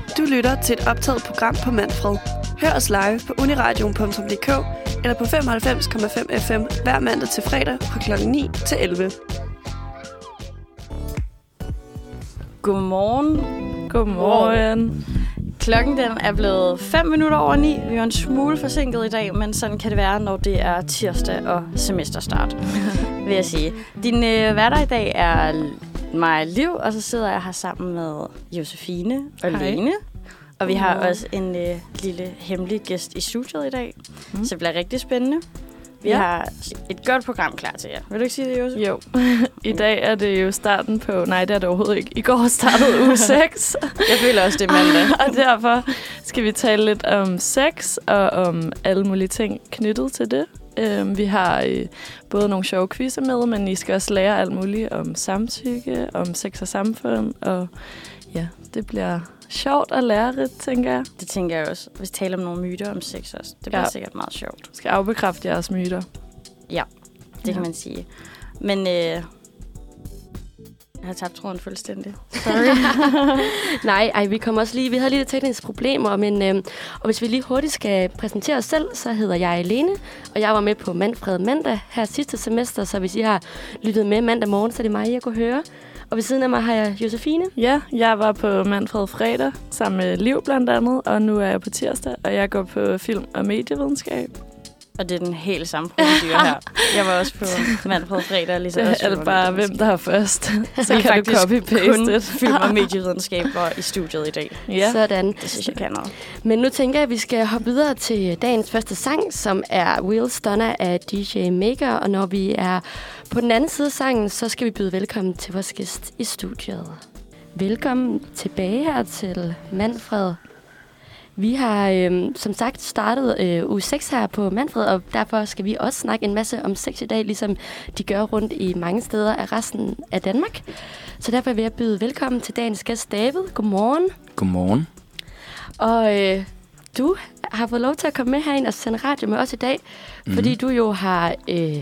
Du lytter til et optaget program på Manfred. Hør os live på uniradion.dk eller på 95,5 FM hver mandag til fredag fra kl. 9 til 11. Godmorgen. Godmorgen. Klokken den er blevet 5 minutter over 9. Vi er en smule forsinket i dag, men sådan kan det være, når det er tirsdag og semesterstart, vil jeg sige. Din hverdag i dag er mig, Liv, og så sidder jeg her sammen med Josefine og Lene. Og vi har også en lille hemmelig gæst i studiet i dag, så det bliver rigtig spændende. Vi har et godt program klar til jer. Vil du ikke sige det, Josef? Jo. I dag er det jo starten på... Nej, det er det overhovedet ikke. I går startede uge 6. Jeg føler også, det er mandag. Og derfor skal vi tale lidt om sex og om alle mulige ting knyttet til det. Vi har både nogle sjove quizzer med, men I skal også lære alt muligt om samtykke, om sex og samfund. Og ja, det bliver sjovt og lærerigt, tænker jeg. Det tænker jeg også. Vi taler om nogle myter om sex også. Det bliver sikkert meget sjovt. Skal afbekræfte jeres myter. Ja, det kan man sige. Men jeg har tabt tråden fuldstændig. Sorry. Nej, vi kommer også lige... Vi havde lige tekniske problemer, men og hvis vi lige hurtigt skal præsentere os selv, så hedder jeg Lene, og jeg var med på Manfred mandag her sidste semester, så hvis I har lyttet med mandag morgen, så er det mig, jeg kunne høre. Og ved siden af mig har jeg Josefine. Ja, jeg var på Manfred fredag sammen med Liv blandt andet, og nu er jeg på tirsdag, og jeg går på film- og medievidenskab. Og det er den helt samme procedur her. Jeg var også på Manfred fredag, ligesom også. Det er bare, hvem der har først. Så kan du copy-paste det. Film- og medievidenskab var i studiet i dag. Ja. Sådan. Det synes jeg kan noget. Men nu tænker jeg, at vi skal hoppe videre til dagens første sang, som er Will Stunner af DJ Maker. Og når vi er på den anden side af sangen, så skal vi byde velkommen til vores gæst i studiet. Velkommen tilbage her til Manfred. Vi har som sagt startet uge 6 her på Manfred, og derfor skal vi også snakke en masse om sex i dag, ligesom de gør rundt i mange steder af resten af Danmark. Så derfor vil jeg byde velkommen til dagens gæst, David. Godmorgen. Godmorgen. Og du har fået lov til at komme med herind og sende radio med os i dag, fordi du jo har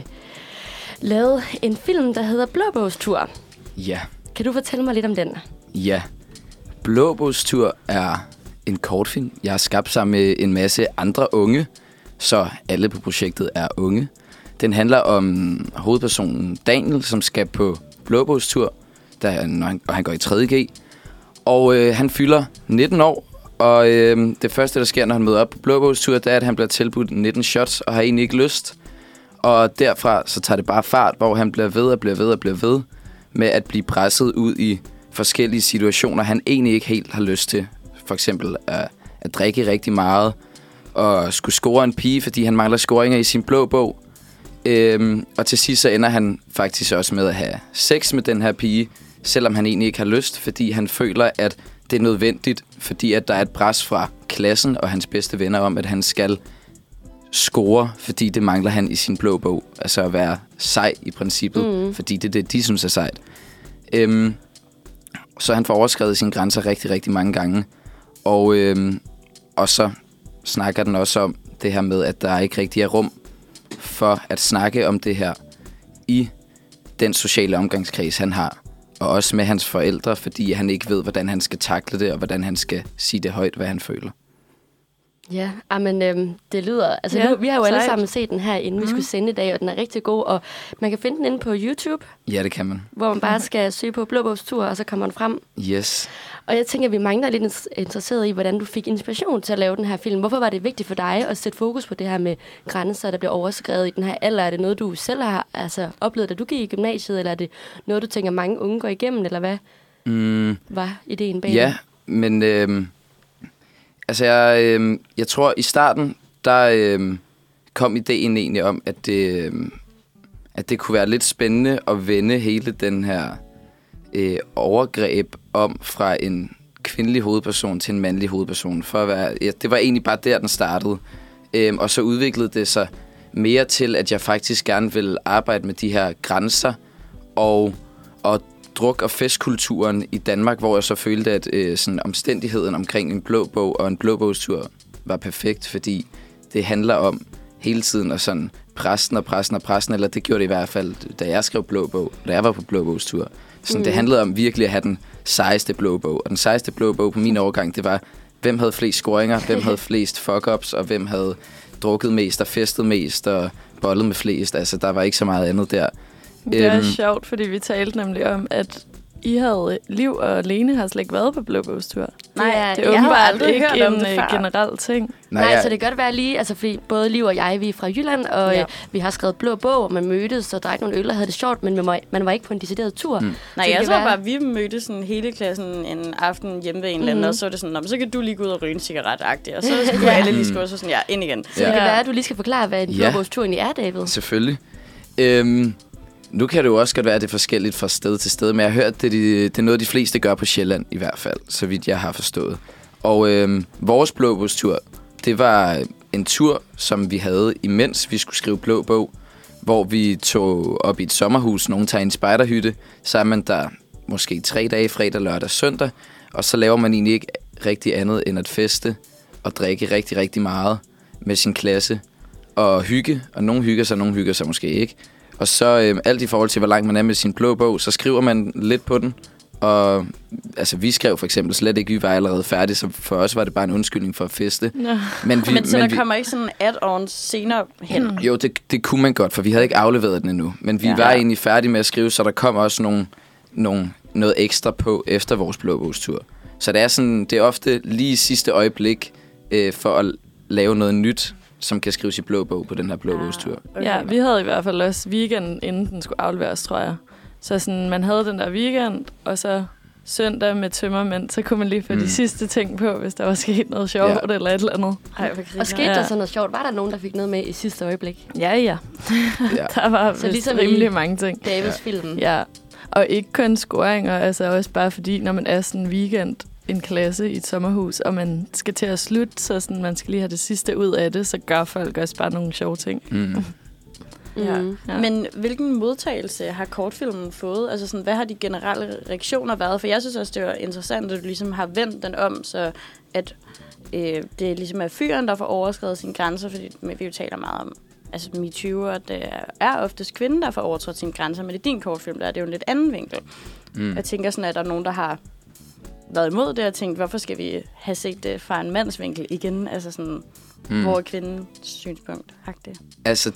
lavet en film, der hedder Blåbogstur. Ja. Kan du fortælle mig lidt om den? Ja. Blåbogstur er en kortfilm, jeg har skabt sammen med en masse andre unge, så alle på projektet er unge. Den handler om hovedpersonen Daniel, som skal på blåbogstur, og han går i 3.G. Og han fylder 19 år, og det første, der sker, når han møder op på blåbogstur, det er, at han bliver tilbudt 19 shots og har egentlig ikke lyst. Og derfra så tager det bare fart, hvor han bliver ved med at blive presset ud i forskellige situationer, han egentlig ikke helt har lyst til. For eksempel at drikke rigtig meget og skulle score en pige, fordi han mangler scoringer i sin blå bog. Og til sidst så ender han faktisk også med at have sex med den her pige, selvom han egentlig ikke har lyst, fordi han føler, at det er nødvendigt, fordi at der er et pres fra klassen og hans bedste venner om, at han skal score, fordi det mangler han i sin blå bog. Altså at være sej i princippet, fordi det er det, de synes er sejt. Så han får overskredet sine grænser rigtig, rigtig mange gange. Og så snakker den også om det her med, at der ikke rigtig er rum for at snakke om det her i den sociale omgangskreds, han har. Og også med hans forældre, fordi han ikke ved, hvordan han skal takle det, og hvordan han skal sige det højt, hvad han føler. Ja, men det lyder... Altså nu, vi har jo alle sammen set den her, inden vi skulle sende i dag, og den er rigtig god, og man kan finde den inde på YouTube. Ja, det kan man. Hvor man bare skal søge på Blåbogstur, og så kommer den frem. Yes. Og jeg tænker, at vi mange er lidt interesseret i, hvordan du fik inspiration til at lave den her film. Hvorfor var det vigtigt for dig at sætte fokus på det her med grænser, der bliver overskredet i den her alder? Er det noget, du selv har oplevet, da du gik i gymnasiet, eller er det noget, du tænker, mange unge går igennem, eller hvad var ideen bag Ja, men jeg tror, i starten, der kom ideen egentlig om, at det kunne være lidt spændende at vende hele den her overgreb om fra en kvindelig hovedperson til en mandlig hovedperson. Det var egentlig bare der, den startede. Og så udviklede det sig mere til, at jeg faktisk gerne ville arbejde med de her grænser og druk- og festkulturen i Danmark, hvor jeg så følte, at sådan omstændigheden omkring en blå bog og en blåbogstur var perfekt, fordi det handler om hele tiden at sådan præsten, eller det gjorde det i hvert fald, da jeg skrev Blå Bog, da jeg var på Blå Bogs tur. Så det handlede om virkelig at have den sejeste Blå Bog. Og den sejeste Blå Bog på min overgang, det var, hvem havde flest scoringer, hvem havde flest fuck-ups, og hvem havde drukket mest og festet mest og bollet med flest. Altså, der var ikke så meget andet der. Det er sjovt, fordi vi talte nemlig om, at I havde Liv og Lene har slet ikke været på Blå Bogs tur. Nej, det er åbenbart ikke en generel ting. Nej, så det kan godt være lige, altså fordi både Liv og jeg, vi er fra Jylland, og vi har skrevet Blå Bog, og man mødtes og drak nogle øl og havde det sjovt, men man var ikke på en decideret tur. Nej, jeg tror bare, at vi mødtes sådan hele klassen en aften hjemme ved en eller anden, og så er det sådan, så kan du lige gå ud og ryge en cigaret-agtigt, og så skulle alle lige skåle så sådan, ind igen. Så det kan være, at du lige skal forklare, hvad en Blå Bogs tur egentlig er, David. Selvfølgelig. Nu kan det jo også godt være, at det er forskelligt fra sted til sted, men jeg har hørt, at det er noget, de fleste gør på Sjælland i hvert fald, så vidt jeg har forstået. Og vores Blå Bogs tur, det var en tur, som vi havde, imens vi skulle skrive Blå Bog, hvor vi tog op i et sommerhus, nogen tager en spejderhytte, sammen der måske 3 dage, fredag, lørdag, søndag, og så laver man egentlig ikke rigtig andet end at feste og drikke rigtig, rigtig meget med sin klasse og hygge, og nogen hygger sig måske ikke. Og så alt i forhold til, hvor langt man er med sin Blå Bog, så skriver man lidt på den. Og altså, vi skrev for eksempel slet ikke, vi var allerede færdige, så for os var det bare en undskyldning for at feste. Men der kommer ikke sådan add-ons senere hen? Jo, det kunne man godt, for vi havde ikke afleveret den endnu. Men vi var egentlig færdige med at skrive, så der kom også noget ekstra på efter vores Blå Bogs tur. Så det er ofte lige sidste øjeblik for at lave noget nyt, som kan skrives i Blå Bog på den her Blå Bogs tur. Okay. Ja, vi havde i hvert fald også weekenden, inden den skulle afleveres, tror jeg. Så sådan, man havde den der weekend, og så søndag med tømmermænd, så kunne man lige få de sidste ting på, hvis der var sket noget sjovt eller et eller andet. Og skete der så noget sjovt? Var der nogen, der fik noget med i sidste øjeblik? Ja. Der var så ligesom rimelig mange ting. Davids film. Ja, og ikke kun scoringer, altså også bare fordi, når man er sådan en weekend, en klasse i et sommerhus, og man skal til at slutte, så sådan, man skal lige have det sidste ud af det, så gør folk også bare nogle sjove ting. Ja. Men hvilken modtagelse har kortfilmen fået? Altså sådan, hvad har de generelle reaktioner været? For jeg synes også, det var interessant, at du ligesom har vendt den om, så at det ligesom er fyren, der får overskredet sine grænser, fordi vi jo taler meget om altså MeToo, og det er oftest kvinden, der får overtrådt sine grænser, men i din kortfilm, der er det jo en lidt anden vinkel. Jeg tænker sådan, at der er nogen, der har været imod det og tænkt, hvorfor skal vi have set det fra en mands vinkel igen? Altså sådan, hvor er kvindens synspunkt? Altså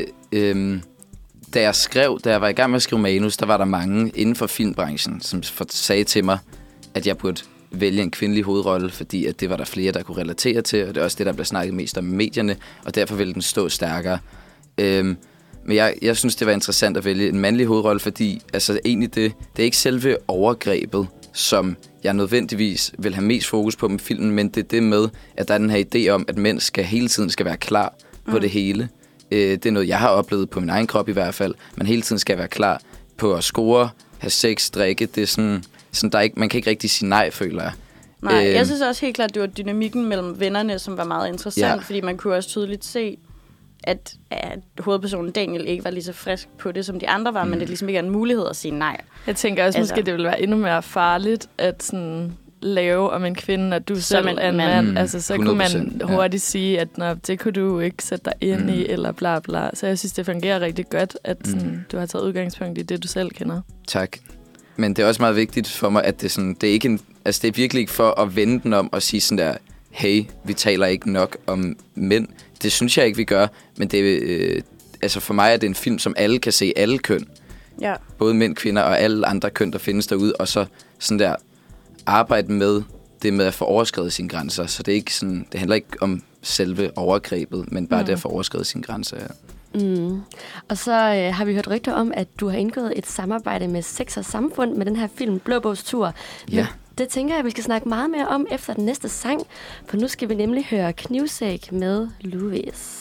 da jeg var i gang med at skrive manus, der var der mange inden for filmbranchen, som sagde til mig, at jeg burde vælge en kvindelig hovedrolle, fordi at det var der flere, der kunne relatere til, og det er også det, der bliver snakket mest om i medierne, og derfor ville den stå stærkere. Men jeg synes, det var interessant at vælge en mandlig hovedrolle, fordi altså, egentlig det er ikke selve overgrebet, som jeg nødvendigvis vil have mest fokus på med filmen, men det er det med, at der er den her idé om, at mænd hele tiden skal være klar på det hele. Det er noget, jeg har oplevet på min egen krop i hvert fald. Man hele tiden skal være klar på at score, have sex, drikke. Det er sådan der ikke, man kan ikke rigtig sige nej, føler jeg. Nej, jeg synes også helt klart, at det var dynamikken mellem vennerne, som var meget interessant, fordi man kunne også tydeligt se, at hovedpersonen Daniel ikke var lige så frisk på det, som de andre var, men det ligesom ikke er en mulighed at sige nej. Jeg tænker også, måske det ville være endnu mere farligt at sådan lave om en kvinde, at du selv er en mand. Altså, så kunne man hurtigt sige, at det kunne du ikke sætte dig ind i, eller bla bla. Så jeg synes, det fungerer rigtig godt, at sådan, du har taget udgangspunkt i det, du selv kender. Tak. Men det er også meget vigtigt for mig, at det er ikke det er virkelig ikke for at vende den om og sige sådan der, hey, vi taler ikke nok om mænd. Det synes jeg ikke, vi gør, men det altså for mig er det en film, som alle kan se, alle køn. Ja. Både mænd, kvinder og alle andre køn, der findes derude, og så sådan der arbejde med det med at få overskredet sine grænser. Så det er ikke sådan, det handler ikke om selve overgrebet, men bare det at få overskredet sine grænser. Ja. Og så har vi hørt rygter om, at du har indgået et samarbejde med Sex og Samfund med den her film Blå Bogs tur. Ja. Det tænker jeg, vi skal snakke meget mere om efter den næste sang, for nu skal vi nemlig høre Knivsæg med Louis.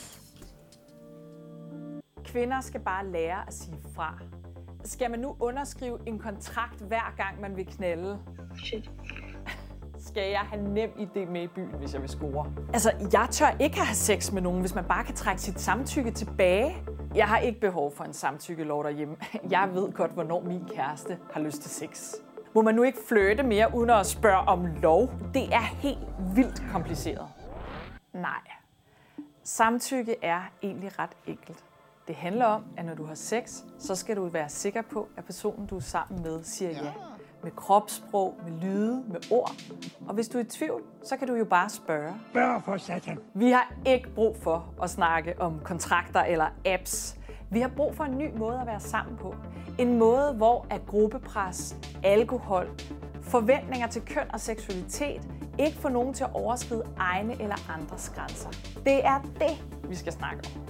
Kvinder skal bare lære at sige fra. Skal man nu underskrive en kontrakt hver gang, man vil knalde? Shit. Skal jeg have nem idé med i byen, hvis jeg vil score? Altså, jeg tør ikke have sex med nogen, hvis man bare kan trække sit samtykke tilbage. Jeg har ikke behov for en samtykkelov derhjemme. Jeg ved godt, hvornår min kæreste har lyst til sex. Må man nu ikke flirte mere, uden at spørge om lov? Det er helt vildt kompliceret. Nej. Samtykke er egentlig ret enkelt. Det handler om, at når du har sex, så skal du være sikker på, at personen, du er sammen med, siger ja. Med kropssprog, med lyde, med ord. Og hvis du er i tvivl, så kan du jo bare spørge. Spørg for satan. Vi har ikke brug for at snakke om kontrakter eller apps. Vi har brug for en ny måde at være sammen på. En måde, hvor at gruppepres, alkohol, forventninger til køn og seksualitet ikke får nogen til at overskride egne eller andres grænser. Det er det, vi skal snakke om.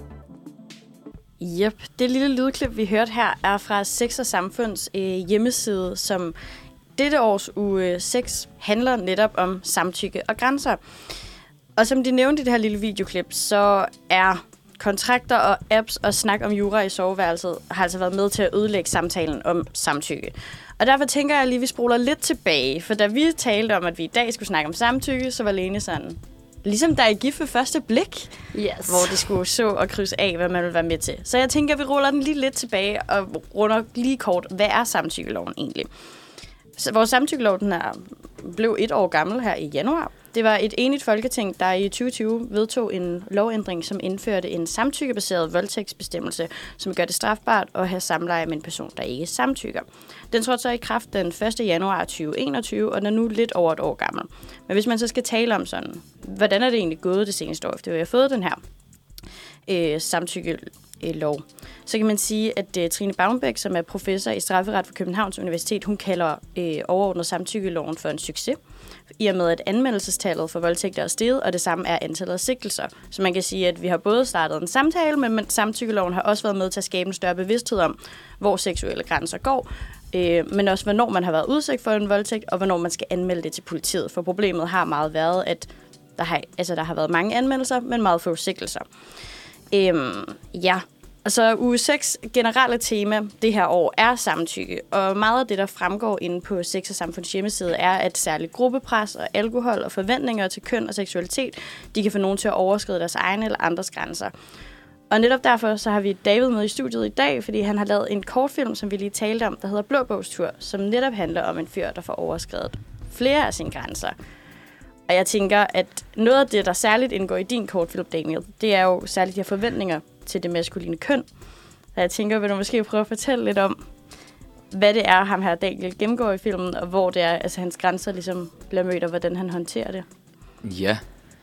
Yep, det lille lydklip, vi hørte her, er fra Sex og Samfunds hjemmeside, som dette års uge 6 handler netop om samtykke og grænser. Og som de nævnte i det her lille videoklip, så er kontrakter og apps og snak om jura i soveværelset har altså været med til at ødelægge samtalen om samtykke. Og derfor tænker jeg lige, at vi spoler lidt tilbage, for da vi talte om, at vi i dag skulle snakke om samtykke, så var Lene sådan, ligesom der er i gift ved første blik, hvor de skulle så og krydse af, hvad man vil være med til. Så jeg tænker, at vi ruller den lige lidt tilbage og runder lige kort, hvad er samtykkeloven egentlig? Så vores samtykkelov den blev 1 år gammel her i januar. Det var et enigt folketing, der i 2020 vedtog en lovændring, som indførte en samtykkebaseret voldtægtsbestemmelse, som gør det strafbart at have samleje med en person, der ikke samtykker. Den trådte så i kraft den 1. januar 2021, og den er nu lidt over 1 år gammel. Men hvis man så skal tale om sådan, hvordan er det egentlig gået det seneste år, efter vi har fået den her samtykkelov, så kan man sige, at Trine Baumbæk, som er professor i strafferet for Københavns Universitet, hun kalder overordnet samtykkeloven for en succes, i og med at anmeldelsestallet for voldtægter er steget, og det samme er antallet af sigtelser. Så man kan sige, at vi har både startet en samtale, men samtykkeloven har også været med til at skabe en større bevidsthed om, hvor seksuelle grænser går, men også hvornår man har været udsat for en voldtægt, og hvornår man skal anmelde det til politiet. For problemet har meget været, at der har været mange anmeldelser, men meget få sigtelser. Altså uge 6 generelle tema det her år er samtykke, og meget af det, der fremgår inde på Sex og Samfunds hjemmeside, er, at særligt gruppepres og alkohol og forventninger til køn og seksualitet, de kan få nogen til at overskride deres egne eller andres grænser. Og netop derfor så har vi David med i studiet i dag, fordi han har lavet en kortfilm, som vi lige talte om, der hedder Blåbogstur, som netop handler om en fyr, der får overskredet flere af sine grænser. Og jeg tænker, at noget af det, der særligt indgår i din kortfilm, Daniel, det er jo særligt de her forventninger til det maskuline køn. Så jeg tænker, vil du måske prøve at fortælle lidt om, hvad det er, ham her Daniel gennemgår i filmen, og hvor det er, altså hans grænser ligesom bliver mødt, og hvordan han håndterer det. Ja.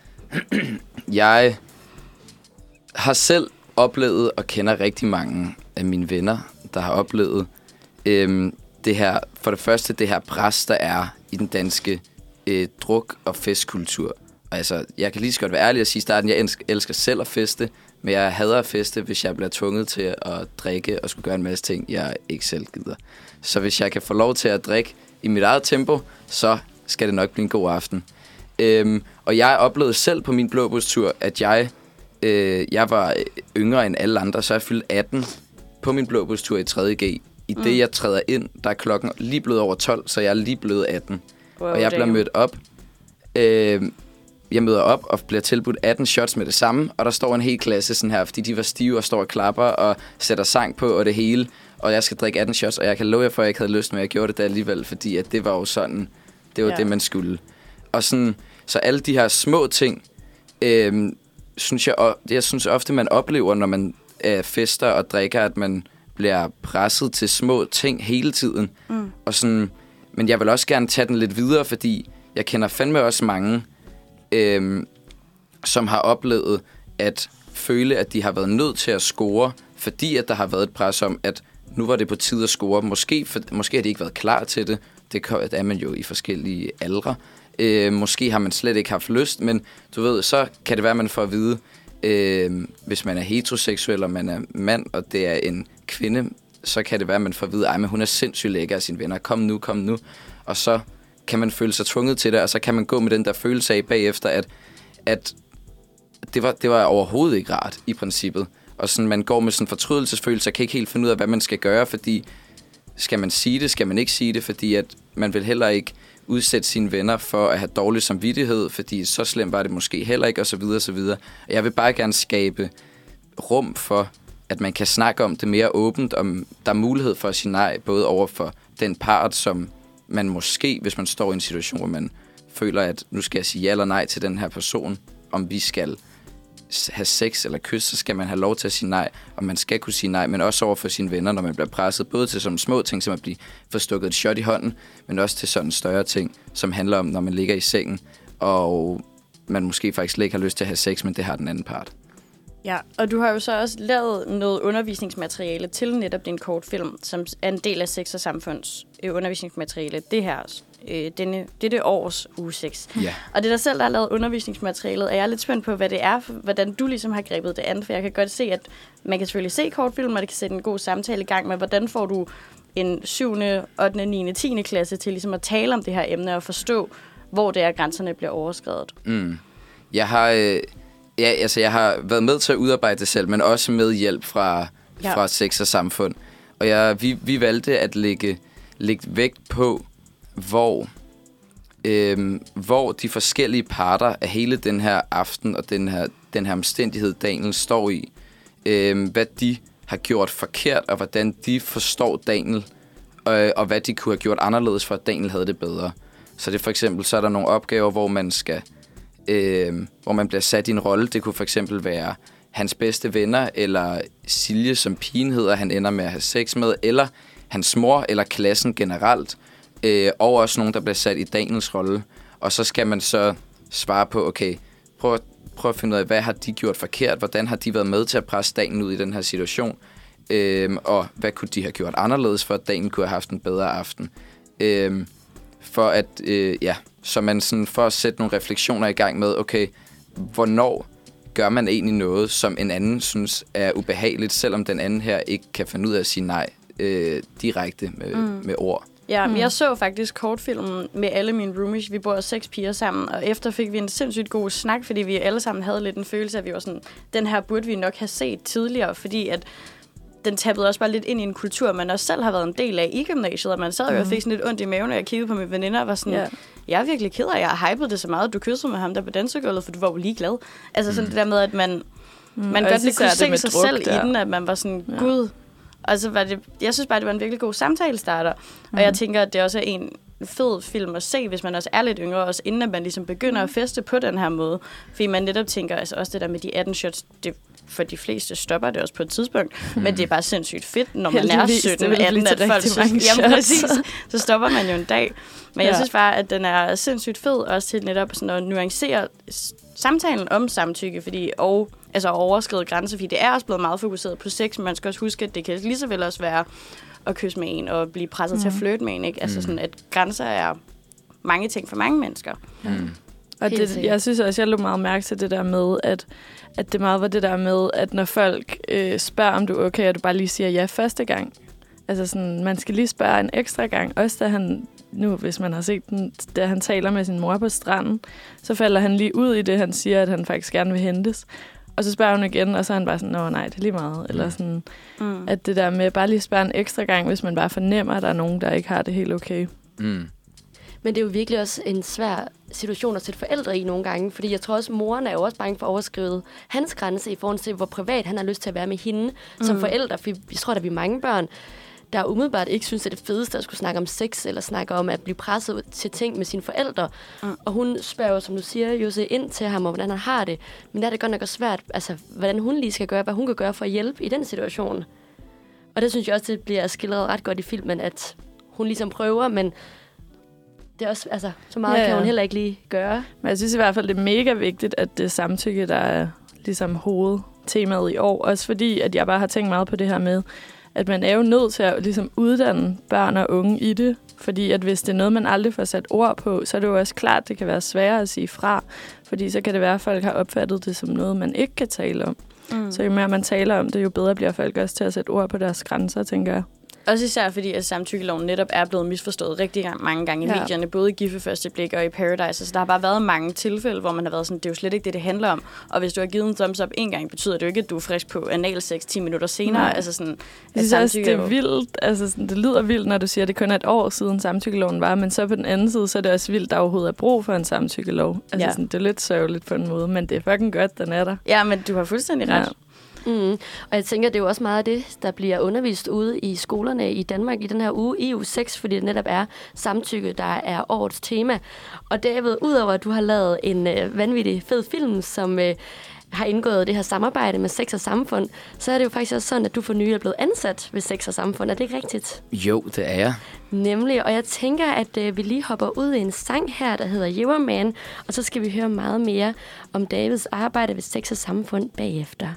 Jeg har selv oplevet og kender rigtig mange af mine venner, der har oplevet det her, for det første det her pres, der er i den danske druk- og festkultur. Altså, jeg kan lige så godt være ærlig og sige i starten, jeg elsker selv at feste, men jeg hader at feste, hvis jeg bliver tvunget til at drikke og skulle gøre en masse ting, jeg ikke selv gider. Så hvis jeg kan få lov til at drikke i mit eget tempo, så skal det nok blive en god aften. Og jeg oplevede selv på min blåbustur, at jeg var yngre end alle andre, så jeg fyldte 18 på min blåbustur i 3.G. I det, jeg træder ind, der er klokken lige blevet over 12, så jeg er lige blevet 18. Wow, og jeg bliver mødt op. Jeg møder op og bliver tilbudt 18 shots med det samme, og der står en hel klasse sådan her, fordi de var stive og står og klapper og sætter sang på og det hele. Og jeg skal drikke 18 shots, og jeg kan love jer for, at jeg ikke havde lyst, men jeg gjorde det da alligevel, fordi at det var jo sådan, det var det, man skulle. Og sådan, så alle de her små ting, jeg synes ofte, man oplever, når man fester og drikker, at man bliver presset til små ting hele tiden. Og sådan, men jeg vil også gerne tage den lidt videre, fordi jeg kender fandme også mange, som har oplevet at føle, at de har været nødt til at score, fordi at der har været et pres om, at nu var det på tide at score. Måske har de ikke været klar til det. Det er man jo i forskellige aldre. Måske har man slet ikke haft lyst, men du ved, så kan det være, at man får at vide, hvis man er heteroseksuel, og man er mand, og det er en kvinde, så kan det være, at man får at vide, men hun er sindssygt lækker af sine venner. Kom nu. Og så kan man føle sig tvunget til det, og så kan man gå med den der følelse af bagefter, at det var overhovedet ikke rart i princippet. Og sådan, man går med sådan en fortrydelsesfølelse, og kan ikke helt finde ud af, hvad man skal gøre, fordi skal man sige det, skal man ikke sige det, fordi at man vil heller ikke udsætte sine venner for at have dårlig samvittighed, fordi så slemt var det måske heller ikke, osv. osv. Jeg vil bare gerne skabe rum for, at man kan snakke om det mere åbent, om der er mulighed for at sige nej, både over for den part, som man måske, hvis man står i en situation, hvor man føler, at nu skal jeg sige ja eller nej til den her person, om vi skal have sex eller kysse, så skal man have lov til at sige nej, og man skal kunne sige nej, men også over for sine venner, når man bliver presset, både til sådan små ting, som at blive forstukket et shot i hånden, men også til sådan større ting, som handler om, når man ligger i sengen, og man måske faktisk slet ikke har lyst til at have sex, men det har den anden part. Ja, og du har jo så også lavet noget undervisningsmateriale til netop din kortfilm, som er en del af Sex og Samfunds undervisningsmateriale. Det her, dette års uge 6. Ja. Og det er dig selv, der har lavet undervisningsmaterialet, og jeg er lidt spændt på, hvad det er, hvordan du ligesom har grebet det an, for jeg kan godt se, at man kan selvfølgelig se kortfilm, og det kan sætte en god samtale i gang, men hvordan får du en 7., 8., 9., 10. klasse til ligesom at tale om det her emne og forstå, hvor det er, grænserne bliver overskredet? Jeg har været med til at udarbejde det selv, men også med hjælp fra Sex og Samfund. Og vi valgte at lægge vægt på, hvor de forskellige parter af hele den her aften og den her omstændighed, Daniel står i, hvad de har gjort forkert, og hvordan de forstår Daniel, og hvad de kunne have gjort anderledes, for at Daniel havde det bedre. Så det for eksempel, så er der nogle opgaver, hvor man bliver sat i en rolle. Det kunne for eksempel være hans bedste venner, eller Silje, som pigen hedder, han ender med at have sex med, eller hans mor, eller klassen generelt, og også nogen, der bliver sat i Daniels rolle. Og så skal man så svare på, okay, prøv at finde ud af, hvad har de gjort forkert, hvordan har de været med til at presse Daniel ud i den her situation, og hvad kunne de have gjort anderledes, for at Daniel kunne have haft en bedre aften. Så man sådan for at sætte nogle refleksioner i gang med, okay, hvornår gør man egentlig noget, som en anden synes er ubehageligt, selvom den anden her ikke kan finde ud af at sige nej direkte med ord. Ja, men jeg så faktisk kortfilmen med alle mine roomies. Vi bor 6 piger sammen, og efter fik vi en sindssygt god snak, fordi vi alle sammen havde lidt en følelse af, at vi var sådan, den her burde vi nok have set tidligere, fordi at den tappede også bare lidt ind i en kultur, man også selv har været en del af i gymnasiet, og man sad jo og fik sådan lidt ondt i maven, og jeg kiggede på mine veninder og var sådan, jeg er virkelig ked af, jeg har hypet det så meget, du kyssede med ham der på dansegulvet, for du var jo ligeglad. Altså sådan det der med, at man godt kunne se sig selv i den, at man var sådan, gud. Og så jeg synes bare, det var en virkelig god samtalestarter. Og jeg tænker, at det også er en fed film at se, hvis man også er lidt yngre, også inden at man ligesom begynder at feste på den her måde. Fordi man netop tænker, altså også det der med de 18 shots, det for de fleste stopper det også på et tidspunkt, men det er bare sindssygt fedt, når man er 17-18, at folk synes, jamen præcis, så stopper man jo en dag. Men jeg synes bare, at den er sindssygt fed, også til netop sådan at nuancere samtalen om samtykke, fordi overskride grænser, fordi det er også blevet meget fokuseret på sex, men man skal også huske, at det kan lige så vel også være at kysse med en, og blive presset til at flirte med en, ikke? Altså sådan, at grænser er mange ting for mange mennesker. Og jeg synes også, jeg lå meget mærke til det der med, at det meget var det der med, at når folk spørger, om du er okay, og du bare lige siger ja første gang. Altså sådan, man skal lige spørge en ekstra gang. Også da han, hvis man har set den, da han taler med sin mor på stranden, så falder han lige ud i det, han siger, at han faktisk gerne vil hentes. Og så spørger hun igen, og så er han bare sådan, nej, det er lige meget. Eller sådan, at det der med bare lige spørge en ekstra gang, hvis man bare fornemmer, at der er nogen, der ikke har det helt okay. Men det er jo virkelig også en svær situation at sætte forældre i nogle gange, fordi jeg tror også, moren er jo også bange for at overskride hans grænse i forhold til, hvor privat han har lyst til at være med hende som forældre. For jeg tror, der er mange børn, der umiddelbart ikke synes, at det fedeste at skulle snakke om sex, eller snakke om at blive presset til ting med sine forældre. Og hun spørger jo, som du siger, Jose, ind til ham, og hvordan han har det. Men der er det godt nok også svært, altså, hvordan hun lige skal gøre, hvad hun kan gøre for at hjælpe i den situation. Og det synes jeg også, det bliver skildret ret godt i filmen, at hun ligesom prøver, men det er også, altså, så meget kan hun heller ikke lige gøre. Men jeg synes i hvert fald, det er mega vigtigt, at det er samtykke, der er ligesom hovedtemaet i år. Også fordi, at jeg bare har tænkt meget på det her med, at man er jo nødt til at ligesom uddanne børn og unge i det. Fordi at hvis det er noget, man aldrig får sat ord på, så er det jo også klart, at det kan være sværere at sige fra. Fordi så kan det være, at folk har opfattet det som noget, man ikke kan tale om. Så jo mere man taler om det, jo bedre bliver folk også til at sætte ord på deres grænser, tænker jeg. Også især fordi, at samtykkeloven netop er blevet misforstået rigtig mange gange i medierne, både i Gift ved første blik og i Paradise. Så der har bare været mange tilfælde, hvor man har været sådan, det er jo slet ikke det handler om. Og hvis du har givet en thumbs up en gang, betyder det jo ikke, at du er frisk på analsex 10 minutter senere. Altså sådan, jeg synes også, det er vildt. Altså sådan, det lyder vildt, når du siger, at det kun er et år siden samtykkeloven var, men så på den anden side, så er det også vildt, der overhovedet er brug for en samtykkelov. Altså sådan, det er lidt sørgeligt på en måde, men det er fucking godt, den er der. Ja, men du har fuldstændig ret. Og jeg tænker, det er jo også meget af det, der bliver undervist ude i skolerne i Danmark i den her uge, i uge 6, fordi det netop er samtykke, der er årets tema. Og David, udover at du har lavet en vanvittig fed film, som har indgået det her samarbejde med Sex og Samfund, så er det jo faktisk også sådan, at du for nylig er blevet ansat ved Sex og Samfund. Er det ikke rigtigt? Jo, det er jeg. Nemlig, og jeg tænker, at vi lige hopper ud i en sang her, der hedder Your Man, og så skal vi høre meget mere om Davids arbejde ved Sex og Samfund bagefter.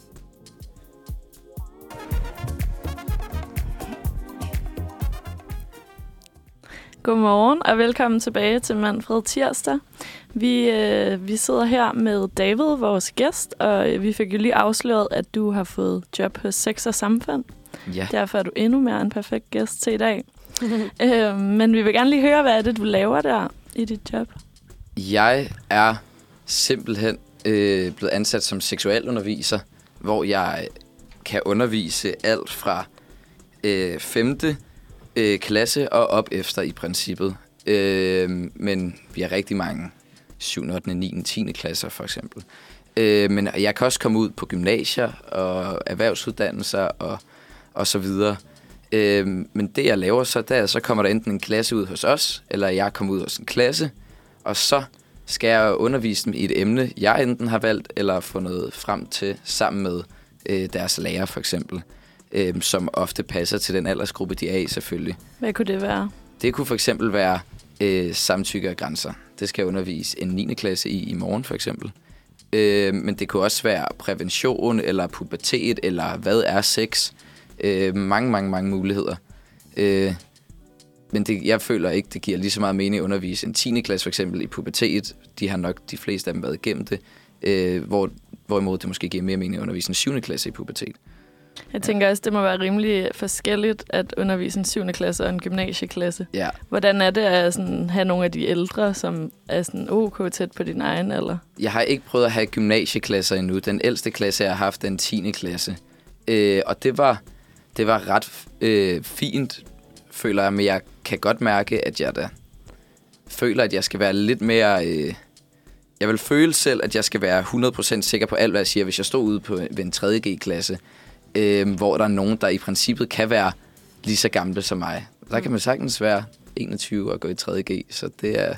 Godmorgen og velkommen tilbage til Manfred Tirsdag. Vi sidder her med David, vores gæst, og vi fik jo lige afsløret, at du har fået job hos Sex og Samfund. Ja. Derfor er du endnu mere en perfekt gæst til i dag. Men vi vil gerne lige høre, hvad er det, du laver der i dit job? Jeg er simpelthen blevet ansat som seksualunderviser, hvor jeg kan undervise alt fra 5. klasse og op efter i princippet. Men vi har rigtig mange 7., 8., 9., 10. klasser for eksempel. Men jeg kan også komme ud på gymnasier og erhvervsuddannelser og så videre. Men det jeg laver så kommer der enten en klasse ud hos os, eller jeg kommer ud hos en klasse, og så skal jeg undervise dem i et emne, jeg enten har valgt eller fundet frem til sammen med deres lærer for eksempel, som ofte passer til den aldersgruppe, de er i selvfølgelig. Hvad kunne det være? Det kunne for eksempel være samtykke og grænser. Det skal jeg undervise en 9. klasse i morgen for eksempel. Men det kunne også være prævention eller pubertet eller hvad er sex. Mange muligheder. Men jeg føler ikke, det giver lige så meget mening at undervise en 10. klasse for eksempel i pubertet. De har nok de fleste af dem været igennem det. Hvorimod det måske giver mere mening at undervise en 7. klasse i pubertet. Jeg tænker også, det må være rimelig forskelligt at undervise en 7. klasse og en gymnasieklasse. Ja. Hvordan er det at sådan, have nogle af de ældre, som er sådan ok tæt på din egen, eller? Jeg har ikke prøvet at have gymnasieklasser endnu. Den ældste klasse, jeg har haft, den 10. klasse. Og det var ret fint, føler jeg, men jeg kan godt mærke, at jeg da føler, at jeg skal være lidt mere... Jeg vil føle selv, at jeg skal være 100% sikker på alt, hvad jeg siger, hvis jeg står ude ved en 3. G-klasse, hvor der er nogen, der i princippet kan være lige så gamle som mig. Der kan man sagtens være 21 og gå i 3. G, så det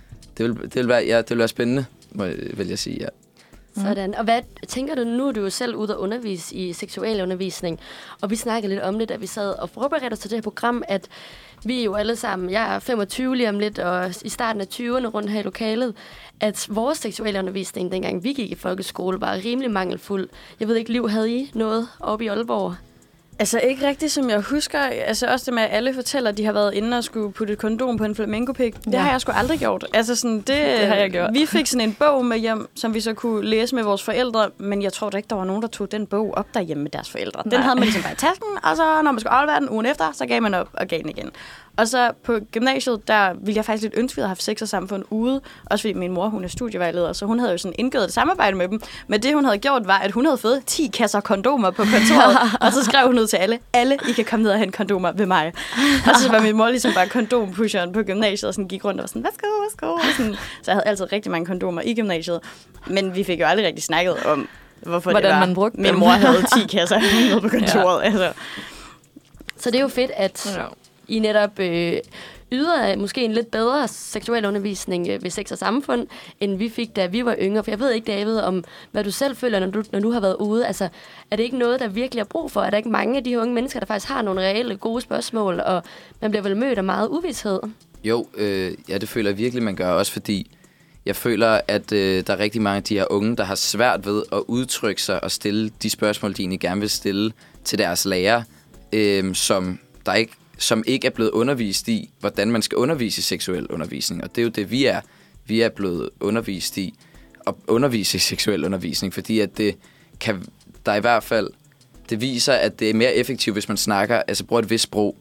vil være spændende, vil jeg sige, ja. Sådan. Og hvad tænker du nu? Du er jo selv ude og undervise i seksualundervisning, og vi snakkede lidt om det, da vi sad og forberedte os til det her program, at vi jo alle sammen, jeg er 25 lige om lidt, og i starten af 20'erne rundt her i lokalet, at vores seksualundervisning, dengang vi gik i folkeskole, var rimelig mangelfuld. Jeg ved ikke, Liv, havde I noget oppe i Aalborg? Altså ikke rigtigt, som jeg husker. Altså også det med, at alle fortæller, at de har været inde og skulle putte et kondom på en flamenco-pik. Det har jeg sgu aldrig gjort. Altså sådan, det har jeg gjort. Vi fik sådan en bog med hjem, som vi så kunne læse med vores forældre, men jeg tror da ikke, der var nogen, der tog den bog op derhjemme med deres forældre. Den havde man ligesom bare i tasken, og så når man skulle aflevere den ugen efter, så gav man op og gav den igen. Og så på gymnasiet, der ville jeg faktisk lidt ønske, at vi havde haft Sex og Samfund ude. Også fordi min mor, hun er studievejleder, så hun havde jo sådan indgået et samarbejde med dem. Men det, hun havde gjort, var, at hun havde fået 10 kasser kondomer på kontoret. Og så skrev hun ud til alle, I kan komme ned og hente kondomer ved mig. Og så var min mor ligesom bare kondompusheren på gymnasiet, og sådan gik rundt og var sådan, værsgo. Og sådan. Så jeg havde altid rigtig mange kondomer i gymnasiet. Men vi fik jo aldrig rigtig snakket om, hvordan det var. Man brugte min mor havde 10 kasser nede på kontoret. Ja. Altså. Så det er jo fedt, at I netop yder måske en lidt bedre seksuel undervisning ved Sex og Samfund, end vi fik, da vi var yngre. For jeg ved ikke, David, om hvad du selv føler, når du har været ude. Altså, er det ikke noget, der virkelig er brug for? Er der ikke mange af de unge mennesker, der faktisk har nogle reelle gode spørgsmål, og man bliver vel mødt af meget uvished? Jo, ja, det føler jeg virkelig, man gør. Også fordi jeg føler, at der er rigtig mange af de her unge, der har svært ved at udtrykke sig og stille de spørgsmål, de egentlig gerne vil stille til deres lærer, som ikke er blevet undervist i, hvordan man skal undervise i seksuel undervisning. Og det er jo det, vi er. Vi er blevet undervist i at undervise i seksuel undervisning, fordi at det kan, der i hvert fald, det viser, at det er mere effektivt, hvis man snakker, altså bruger et vist sprog.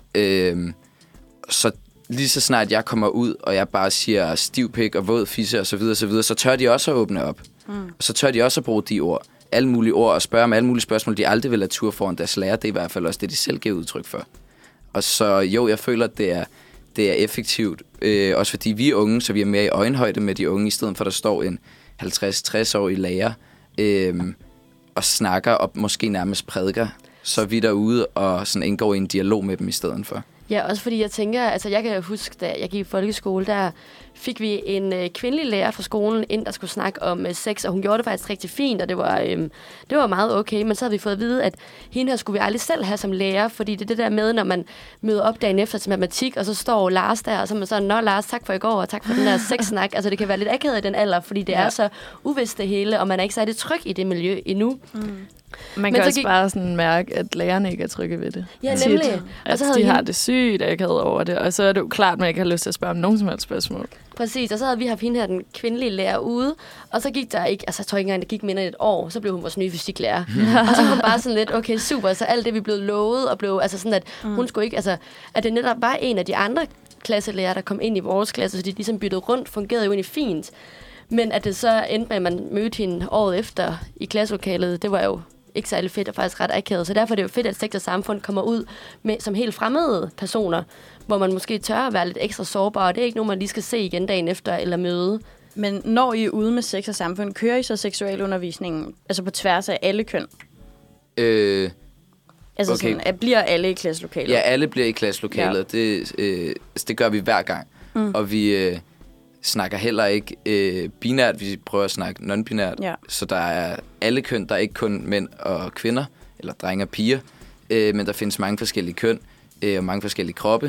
Så lige så snart jeg kommer ud, og jeg bare siger stivpik og våd fisse og så videre, så tør de også at åbne op. Og så tør de også at bruge de ord. Alle mulige ord og spørge om alle mulige spørgsmål, de aldrig vil have tur foran deres lærer. Det er i hvert fald også det, de selv giver udtryk for. Og så jo, jeg føler, at det er effektivt. Også fordi vi er unge, så vi er mere i øjenhøjde med de unge, i stedet for at der står en 50-60-årig lærer og snakker og måske nærmest prædiker, så er vi derude og sådan indgår i en dialog med dem i stedet for. Ja, også fordi jeg tænker, altså jeg kan huske, da jeg gik i folkeskole, der fik vi en kvindelig lærer fra skolen ind, der skulle snakke om sex, og hun gjorde det faktisk rigtig fint, og det var meget okay, men så havde vi fået at vide, at hende her skulle vi aldrig selv have som lærer, fordi det er det der med, når man møder op dagen efter til matematik, og så står Lars der, og så er man sådan, nå Lars, tak for i går, og tak for den der sexsnak. Altså det kan være lidt akavet i den alder, fordi det er så uvist det hele, og man er ikke særlig tryg i det miljø endnu. Man kan også bare sådan mærke, at lærerne ikke er trygge ved det. Ja, nemlig. At de har det sygt akavet over det, og så er det jo klart, at man ikke har lyst til at spørge om nogen som helst spørgsmål. Præcis, og så havde vi haft hende her, den kvindelige lærer, ude, og så gik der ikke, altså jeg tror ikke engang, det gik mindre end et år, så blev hun vores nye fysiklærer. Og så var hun bare sådan lidt, okay, super, så alt det, vi blev lovet, og blev, altså sådan, at hun skulle ikke, altså, at det netop var en af de andre klasselærer, der kom ind i vores klasse, så de ligesom byttede rundt, fungerede jo egentlig fint. Men at det så endte med, at man mødte hende året efter i klasselokalet, det var jo ikke særlig fedt og faktisk ret akavet. Så derfor er det jo fedt, at Sex og Samfund kommer ud med, som helt fremmede personer, hvor man måske tør at være lidt ekstra sårbar, og det er ikke nogen, man lige skal se igen dagen efter eller møde. Men når I er ude med Sex og Samfund, kører I så seksualundervisningen altså på tværs af alle køn? Altså okay. Sådan, at bliver alle i klasselokalet? Ja, alle bliver i klasselokalet. Ja. Det gør vi hver gang. Og vi snakker heller ikke binært, vi prøver at snakke non-binært. Ja. Så der er alle køn, der er ikke kun mænd og kvinder, eller drenge og piger, men der findes mange forskellige køn og mange forskellige kroppe.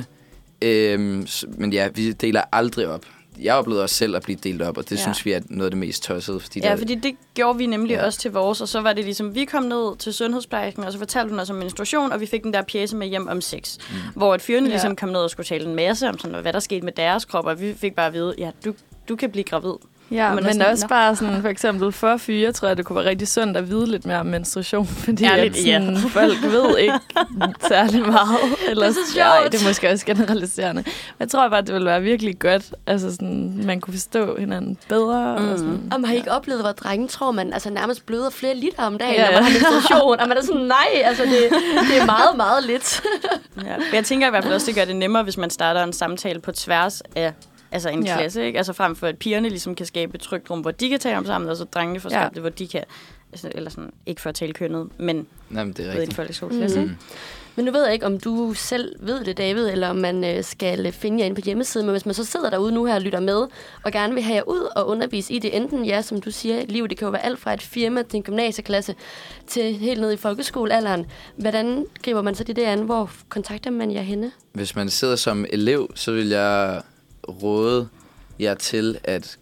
Men ja, vi deler aldrig op. Jeg oplevede også selv at blive delt op, og det synes vi er noget af det mest tossede. Fordi det gjorde vi nemlig også til vores, og så var det ligesom, vi kom ned til sundhedsplejersken, og så fortalte hun os om menstruation, og vi fik den der pjece med hjem om sex, hvor et fyrene ligesom kom ned og skulle tale en masse om, sådan, hvad der skete med deres krop, og vi fik bare at vide, ja, du kan blive gravid. Ja, men sådan, også bare sådan, for eksempel for fyre, tror jeg, det kunne være rigtig sundt at vide lidt mere om menstruation, fordi at, folk ved ikke særlig meget. Eller, det er så sjovt. Det er måske også generaliserende. Men jeg tror bare, det ville være virkelig godt, altså sådan, man kunne forstå hinanden bedre. Og sådan. Og man har ikke oplevet, hvor drenge tror, man altså nærmest bløder flere liter om dagen, når man har menstruation, og man er sådan, nej, altså det er meget, meget lidt. Men jeg tænker i hvert fald også, det gør det nemmere, hvis man starter en samtale på tværs af altså en klasse, ikke? Altså frem for, at pigerne ligesom kan skabe et trygt rum, hvor de kan tale om sammen, og så drengene får skabt det, hvor de kan, altså, eller sådan, ikke for at tale kønnet, men det er rigtigt. En folkeskoleklasse. Men nu ved jeg ikke, om du selv ved det, David, eller om man skal finde jer inde på hjemmesiden, men hvis man så sidder derude nu her og lytter med, og gerne vil have jer ud og undervise i det, enten, som du siger, liv, det kan jo være alt fra et firma til en gymnasieklasse, til helt ned i folkeskolealderen. Hvordan griber man så det der an? Hvor kontakter man jer henne? Hvis man sidder som elev, så vil jeg råde jer til at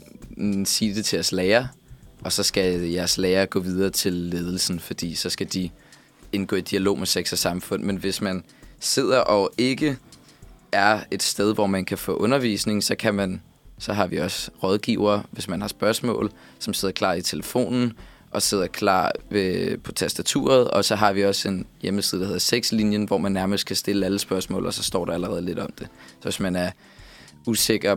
sige det til jeres lærer, og så skal jeres lærer gå videre til ledelsen, fordi så skal de indgå i dialog med Sex og Samfund. Men hvis man sidder og ikke er et sted, hvor man kan få undervisning, så har vi også rådgivere, hvis man har spørgsmål, som sidder klar i telefonen og sidder klar på tastaturet, og så har vi også en hjemmeside, der hedder Sexlinjen, hvor man nærmest kan stille alle spørgsmål, og så står der allerede lidt om det. Så hvis man er usikker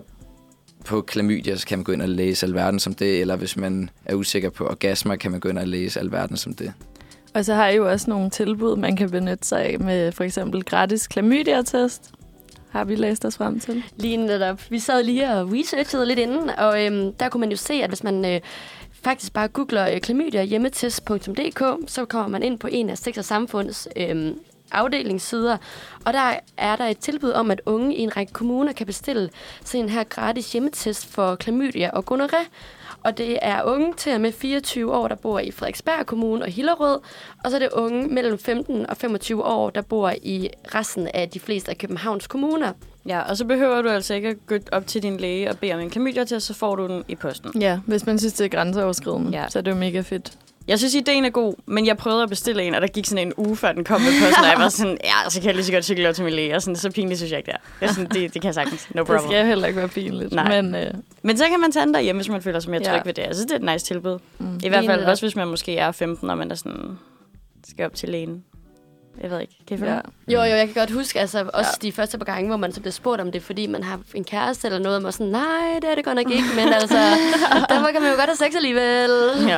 på klamydia, så kan man gå ind og læse alverden som det, eller hvis man er usikker på orgasmer, kan man gå ind og læse alverden som det. Og så har I jo også nogle tilbud, man kan benytte sig af med for eksempel gratis klamydia-test. Har vi læst os frem til? Lige netop. Vi sad lige og researchede lidt inden, og der kunne man jo se, at hvis man faktisk bare googler klamydia hjemmetest.dk, så kommer man ind på en af Sex og Samfunds afdelingssider, og der er der et tilbud om, at unge i en række kommuner kan bestille sådan en her gratis hjemmetest for klamydia og gonorré. Og det er unge til og med 24 år, der bor i Frederiksberg Kommune og Hillerød, og så er det unge mellem 15 og 25 år, der bor i resten af de fleste af Københavns kommuner. Ja, og så behøver du altså ikke at gå op til din læge og bede om en klamydia-test, så får du den i posten. Ja, hvis man synes, det er grænseoverskridende, så er det jo mega fedt. Jeg synes, ideen er god, men jeg prøvede at bestille en, og der gik sådan en uge, før den kom med posten, og jeg var sådan, så kan jeg lige så godt cykle over til min læge, og sådan, så pinligt synes jeg ikke, det er. Det kan jeg sagtens, no problem. Det skal heller ikke være pinligt. Nej. Men så kan man tage den derhjemme, hvis man føler sig mere tryg ved det. Jeg synes, det er et nice tilbud. I hvert fald også, hvis man måske er 15, og man er sådan, skal op til lægen. Jeg ved ikke. Kan I følge? Jo, jeg kan godt huske, altså også de første par gange, hvor man så bliver spurgt om det, fordi man har en kæreste eller noget, og man sådan, nej, det er det godt nok ikke, men altså, derfor kan man jo godt have sex alligevel. Ja.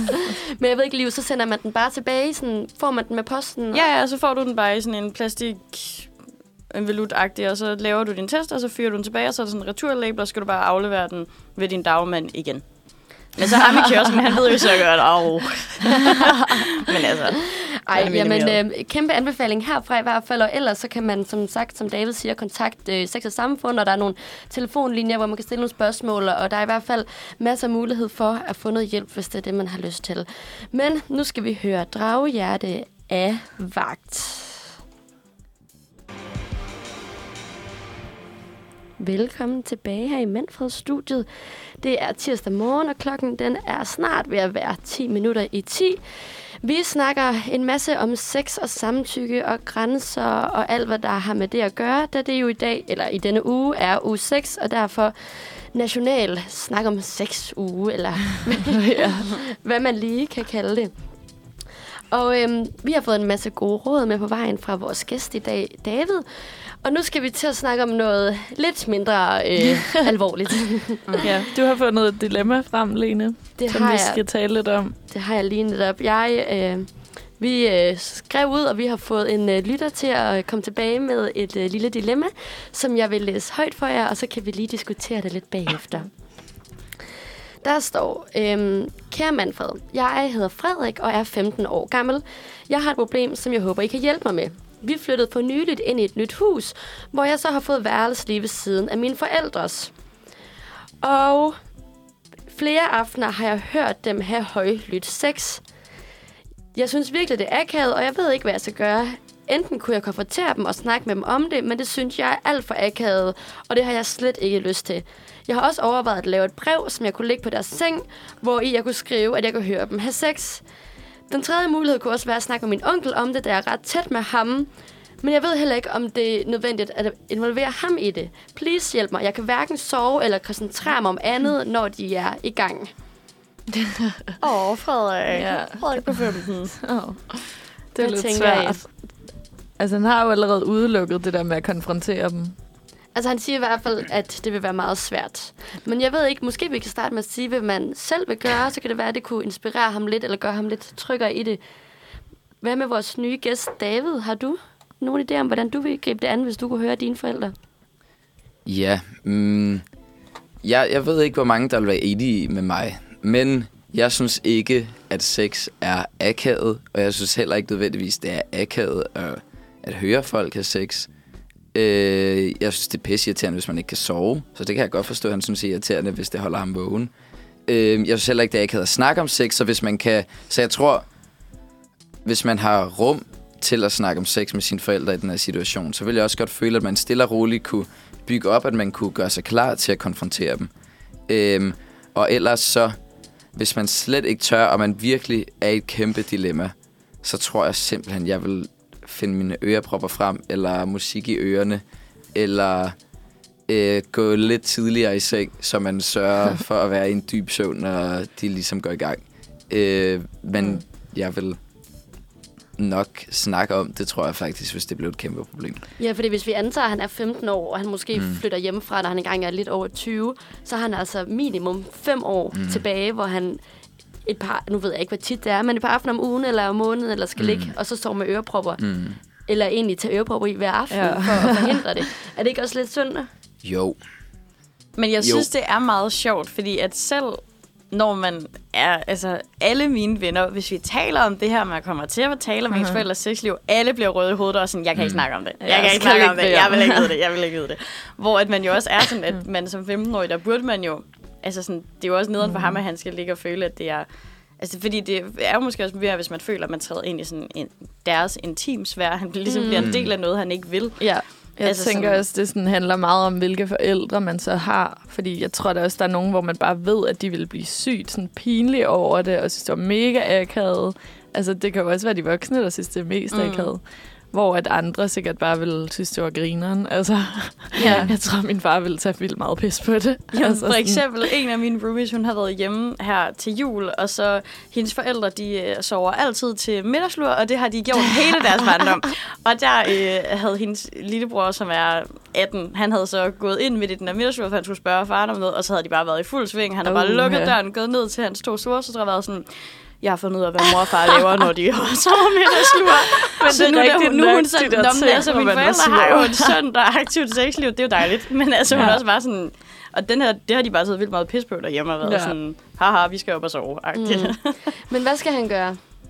Men jeg ved ikke, Liv, så sender man den bare tilbage, sådan, får man den med posten? Ja, så får du den bare i sådan en plastik envelope-agtig, og så laver du din test, og så fyrer du den tilbage, og så er der sådan en returlabel, og så skal du bare aflevere den ved din dagmand igen. Men så har vi kiosken, han ved jo så godt, men altså. Ej, jamen, kæmpe anbefaling herfra i hvert fald, og ellers så kan man, som sagt, som David siger, kontakte Sex og Samfund, og der er nogle telefonlinjer, hvor man kan stille nogle spørgsmål, og der er i hvert fald masser af mulighed for at få noget hjælp, hvis det er det, man har lyst til. Men nu skal vi høre Dragehjerte af Vagt. Velkommen tilbage her i Manfred-studiet. Det er tirsdag morgen, og klokken den er snart ved at være 10 minutter i 10. Vi snakker en masse om sex og samtykke og grænser og alt, hvad der har med det at gøre, da det jo i dag, eller i denne uge, er uge 6, og derfor national snak om sex-uge, eller hvad man lige kan kalde det. Og vi har fået en masse gode råd med på vejen fra vores gæst i dag, David. Og nu skal vi til at snakke om noget lidt mindre alvorligt. Ja, du har fundet et dilemma frem, Lene, som vi skal tale lidt om. Det har jeg lige netop. Vi skrev ud, og vi har fået en lytter til at komme tilbage med et lille dilemma, som jeg vil læse højt for jer, og så kan vi lige diskutere det lidt bagefter. Der står, kære Manfred, jeg hedder Frederik og er 15 år gammel. Jeg har et problem, som jeg håber, I kan hjælpe mig med. Vi flyttede for nyligt ind i et nyt hus, hvor jeg så har fået værelse lige ved siden af mine forældres. Og flere aftener har jeg hørt dem have højlydt sex. Jeg synes virkelig, det er akavet, og jeg ved ikke, hvad jeg skal gøre. Enten kunne jeg konfrontere dem og snakke med dem om det, men det synes jeg er alt for akavet, og det har jeg slet ikke lyst til. Jeg har også overvejet at lave et brev, som jeg kunne lægge på deres seng, hvor jeg kunne skrive, at jeg kunne høre dem have sex. Den tredje mulighed kunne også være at snakke med min onkel om det, da jeg er ret tæt med ham. Men jeg ved heller ikke, om det er nødvendigt at involvere ham i det. Please hjælp mig. Jeg kan hverken sove eller koncentrere mig om andet, når de er i gang. Frederik. Ja. Frederik på 15. Det er lidt svært. Altså, han har jo allerede udelukket det der med at konfrontere dem. Altså, han siger i hvert fald, at det vil være meget svært. Men jeg ved ikke, måske vi kan starte med at sige, hvad man selv vil gøre. Så kan det være, at det kunne inspirere ham lidt, eller gøre ham lidt tryggere i det. Hvad med vores nye gæst, David? Har du nogen idé om, hvordan du vil gribe det an, hvis du kunne høre dine forældre? Ja, jeg ved ikke, hvor mange, der vil være enige med mig. Men jeg synes ikke, at sex er akavet. Og jeg synes heller ikke nødvendigvis, det er akavet at høre folk have sex. Jeg synes, det er pisseirriterende, hvis man ikke kan sove. Så det kan jeg godt forstå, at han synes, det er irriterende, hvis det holder ham vågen. Jeg synes heller ikke, det er akavet at snakke om sex. Så jeg tror, hvis man har rum til at snakke om sex med sine forældre i den her situation, så vil jeg også godt føle, at man stille og roligt kunne bygge op, at man kunne gøre sig klar til at konfrontere dem. Og ellers så, hvis man slet ikke tør, og man virkelig er i et kæmpe dilemma, så tror jeg simpelthen, jeg vil finde mine ørepropper frem, eller musik i ørerne, eller gå lidt tidligere i seng, så man sørger for at være i en dyb søvn, når de ligesom går i gang. Men jeg vil nok snakke om det, tror jeg faktisk, hvis det blev et kæmpe problem. Ja, fordi hvis vi antager, at han er 15 år, og han måske flytter hjemmefra, når han engang er lidt over 20, så har han altså minimum 5 år tilbage, hvor han nu ved jeg ikke, hvor tit det er, men et par aftener om ugen, eller om måneden, eller skal ligge, og så står med ørepropper. Eller egentlig tage ørepropper i hver aften, for at forhindre det. Er det ikke også lidt synd? Jo. Men jeg synes, det er meget sjovt, fordi at selv når man er, altså alle mine venner, hvis vi taler om det her, man kommer til at tale om ens forældres sexliv, alle bliver røde i hovedet og sådan, jeg kan ikke snakke om det. Jeg kan ikke snakke om det. Jeg vil ikke vide det. Hvor at man jo også er sådan, at man som 15-årig, der burde man jo, altså sådan, det er jo også nederen for ham, at han skal ligge og føle, at det er, altså fordi det er jo måske også mere, hvis man føler, at man træder ind i sådan deres intimsfære, han ligesom bliver en del af noget, han ikke vil. Ja. Jeg tænker også, det sådan handler meget om, hvilke forældre man så har. Fordi jeg tror da også, der er nogen, hvor man bare ved, at de vil blive sygt sådan pinlige over det, og synes, det er mega akavet. Altså, det kan jo også være de voksne, der synes, det er mest akavet. Hvor at andre sikkert bare ville synes, det var grineren. Altså, jeg tror, min far ville tage vildt meget pis på det. Jamen, altså, for eksempel, en af mine roomies, hun har været hjemme her til jul, og så hendes forældre, de sover altid til middagslur, og det har de gjort hele deres barndom. Og der havde hendes lillebror, som er 18, han havde så gået ind midt i den der middagslur, for han skulle spørge faren om noget, og så havde de bare været i fuld sving. Han har bare lukket døren, gået ned til hans to storesøstre og været sådan, jeg har fundet ud af, hvad mor og far laver, når de sover middagslur. Men så nu er hun sådan, altså mine forældre har jo et sundt og aktivt sexliv, det er jo dejligt. Men altså hun også bare sådan, og det har de bare taget vildt meget pis på derhjemme og været sådan, haha, vi skal op og sove. Men hvad skal han gøre?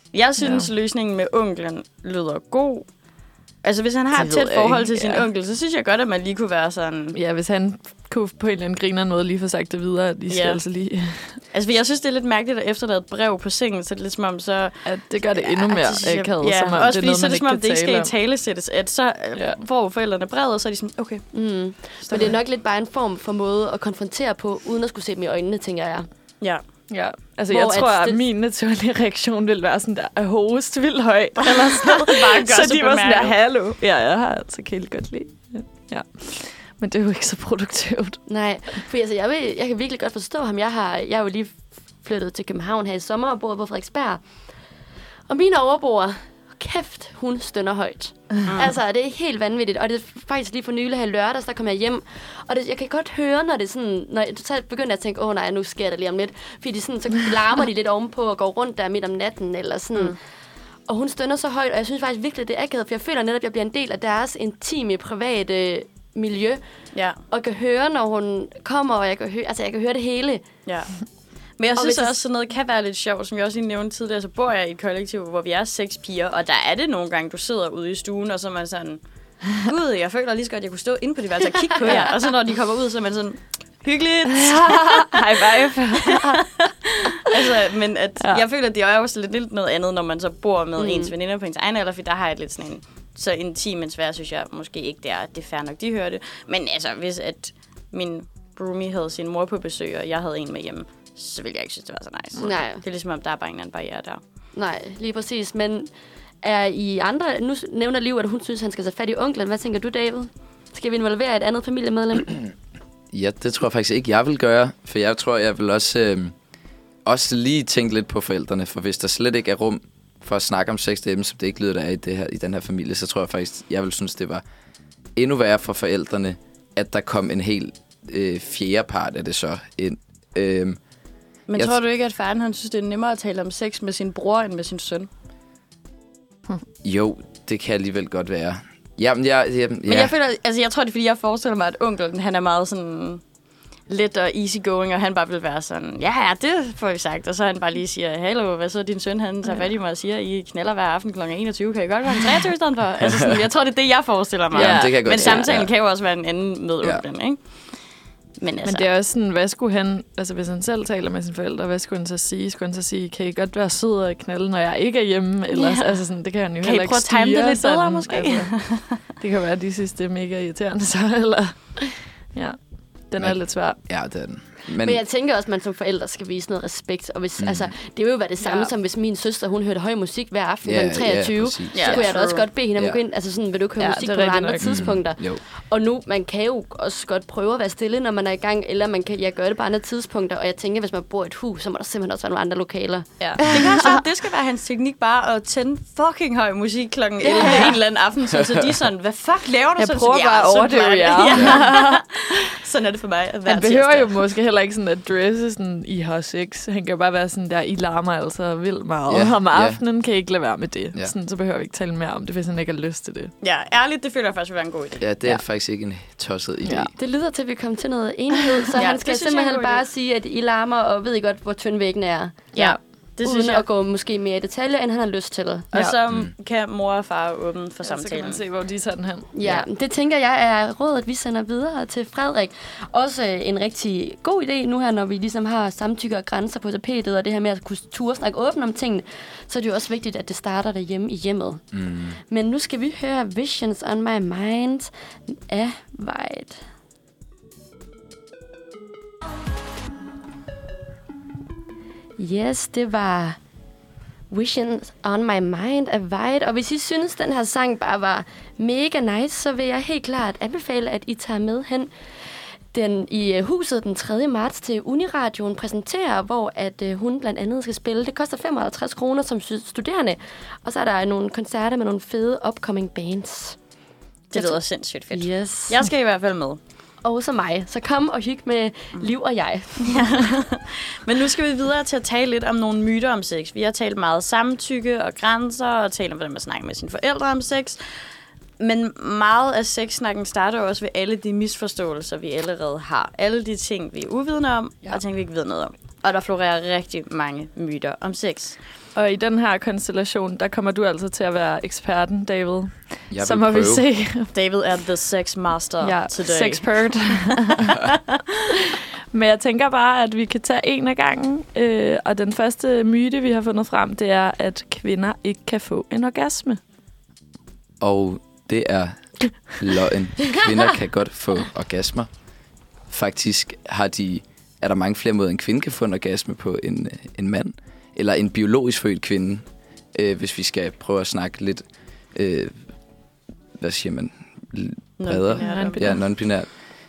Jeg synes, løsningen med onklen lyder god. Altså, hvis han har et tæt forhold til sin onkel, så synes jeg godt, at man lige kunne være sådan... Ja, hvis han kunne på en eller anden grineren måde lige få sagt det videre, at de skal altså lige... Altså, jeg synes, det er lidt mærkeligt, at efterlade et brev på sengen, så det er lidt som om, så... Ja, det gør det endnu mere akavet, ja, som om også det er noget, så er det som om, det ikke skal i talesættes, at så får forældrene brevet, og så er de sådan, okay. Men det er nok lidt bare en form for måde at konfrontere på, uden at skulle se dem i øjnene, tænker jeg. Ja, altså jeg tror, at min naturlige reaktion ville være sådan der, at hoste vildt højt, eller sådan så de var sådan der, hallo. Ja, jeg har altså helt godt lide. Ja. Men det er jo ikke så produktivt. Nej, for altså, jeg kan virkelig godt forstå ham. Jeg er jo lige flyttet til København her i sommer og bor på Frederiksberg. Og min overboer, kæft, hun stønner højt. Altså, det er helt vanvittigt. Og det er faktisk lige for nylig her i lørdags, der kom jeg hjem. Og jeg kan godt høre, når det sådan, når jeg så begynder at tænke, nej, nu sker det lige om lidt. Fordi de sådan, så larmer de lidt ovenpå og går rundt der midt om natten, eller sådan. Og hun stønner så højt, og jeg synes faktisk virkelig, det er akavet, for jeg føler netop, at jeg bliver en del af deres intime, private miljø. Ja. Og kan høre, når hun kommer, og jeg kan høre det hele. Ja. Men jeg synes også, sådan noget kan være lidt sjovt, som jeg også lige nævnte tidligere. Så bor jeg i et kollektiv, hvor vi er 6 piger, og der er det nogle gange, du sidder ude i stuen, og så er man sådan, gud, jeg føler lige så godt, at jeg kunne stå inde på det værelse og kigge på jer. Og så når de kommer ud, så er man sådan, hyggeligt. High five. Altså, men jeg føler, at det er også lidt noget andet, når man så bor med ens veninder på ens egen alder, for der har jeg lidt sådan en så intim en svær, synes jeg måske ikke, det er fair nok, de hører det. Men altså, hvis at min roomie havde sin mor på besøg, og jeg havde en med hjemme, så ville jeg ikke synes, det var så nice. Nej. Det er ligesom, om der er bare en eller anden barriere der. Nej, lige præcis. Men er I andre... Nu nævner Liv, at hun synes, han skal tage fat i onklen. Hvad tænker du, David? Skal vi involvere et andet familiemedlem? Ja, det tror jeg faktisk ikke, jeg vil gøre. For jeg tror, jeg vil også lige tænke lidt på forældrene. For hvis der slet ikke er rum for at snakke om sex derhjemme, som det ikke lyder, der er i den her familie, så tror jeg faktisk, jeg vil synes, det var endnu værre for forældrene, at der kom en helt fjerde part af det så ind. Men tror du ikke, at faren han synes, det er nemmere at tale om sex med sin bror, end med sin søn? Jo, det kan alligevel godt være. Men jeg føler, altså jeg tror, det er, fordi jeg forestiller mig, at onkelen, han er meget sådan let og easygoing, og han bare vil være sådan, ja, det får vi sagt. Og så han bare lige siger, hallo, hvad så din søn, han tager fat i mig og siger, I knalder hver aften kl. 21, kan I godt være 23 i stedet for? Altså sådan, jeg tror, det er det, jeg forestiller mig. Ja, det kan godt, men samtalen kan jo også være en anden med onkelen, ikke? Men det er også sådan, hvad skulle han, altså hvis han selv taler med sine forældre, hvad skulle han så sige? Skulle han så sige, kan I godt være sød og knalde, når jeg ikke er hjemme? Eller, altså sådan, det kan han jo heller ikke styre. Kan I prøve at time det lidt bedre, måske? Altså, det kan være, at de synes, det er mega irriterende så, eller... Ja, den er lidt svær. Ja, det er den. Men jeg tænker også, at man som forældre skal vise noget respekt. Og hvis, altså, det vil jo være det samme, som hvis min søster, hun hørte høj musik hver aften kl. 23. Så kunne jeg da også godt bede hende om at gå ind. Altså sådan, vil du ikke høre musik på andre tidspunkter? Og nu, man kan jo også godt prøve at være stille, når man er i gang. Eller man kan gøre det på andre tidspunkter. Og jeg tænker, hvis man bor i et hus, så må der simpelthen også være nogle andre lokaler. Ja. Det skal være hans teknik, bare at tænde fucking høj musik kl. 11 en eller anden aften. Så de er sådan, hvad fuck laver du? Jeg prøver bare at overdøve Sådan er det for mig. Han behøver jo måske heller ikke sådan at dresse sådan, I har sex. Han kan jo bare være sådan der, I larmer altså vildt meget. Om aftenen kan I ikke lade være med det. Sådan, så behøver vi ikke tale mere om det, hvis han ikke har lyst til det. Ja, ærligt, det føler jeg faktisk vil være en god idé. Ja, det er faktisk ikke en tosset idé. Ja. Det lyder til, at vi kommer til noget enighed, så han skal simpelthen bare sige, at I larmer, og ved I godt, hvor tynd væggene er. Ja. Det uden at gå måske mere i detaljer, end han har lyst til. Og så kan mor og far åbne for samtalen. Så kan man se, hvor de tager den hen. Ja, det tænker jeg er rådet, vi sender videre til Frederik. Også en rigtig god idé nu her, når vi ligesom har samtykke og grænser på tapetet, og det her med at kunne turde snakke åbent om tingene, så er det jo også vigtigt, at det starter derhjemme i hjemmet. Men nu skal vi høre Visions on My Mind af White. Yes, det var Visions on My Mind af White. Og hvis I synes, den her sang bare var mega nice, så vil jeg helt klart anbefale, at I tager med hen i huset den 3. marts til Uniradioen præsenterer, hvor at hun blandt andet skal spille. Det koster 55 kroner som studerende, og så er der nogle koncerter med nogle fede upcoming bands. Det lyder sindssygt fedt. Yes. Jeg skal i hvert fald med. Og så mig. Så kom og hygge med Liv og jeg. Men nu skal vi videre til at tale lidt om nogle myter om sex. Vi har talt meget samtykke og grænser, og talt om, hvordan man snakker med sine forældre om sex. Men meget af sexsnakken starter jo også ved alle de misforståelser, vi allerede har. Alle de ting, vi er uvidende om, og ting, vi ikke ved noget om. Og der florerer rigtig mange myter om sex. Og i den her konstellation, der kommer du altså til at være eksperten, David. Jeg må vi se. David er the sex master today. Sexpert. Men jeg tænker bare, at vi kan tage en af gangen. Og den første myte, vi har fundet frem, det er, at kvinder ikke kan få en orgasme. Og det er løgn. Kvinder kan godt få orgasmer. Faktisk er der mange flere måder, en kvinde kan få en orgasme på en mand. Eller en biologisk født kvinde, hvis vi skal prøve at snakke lidt, hvad siger man, bredere? Ja, non-binært.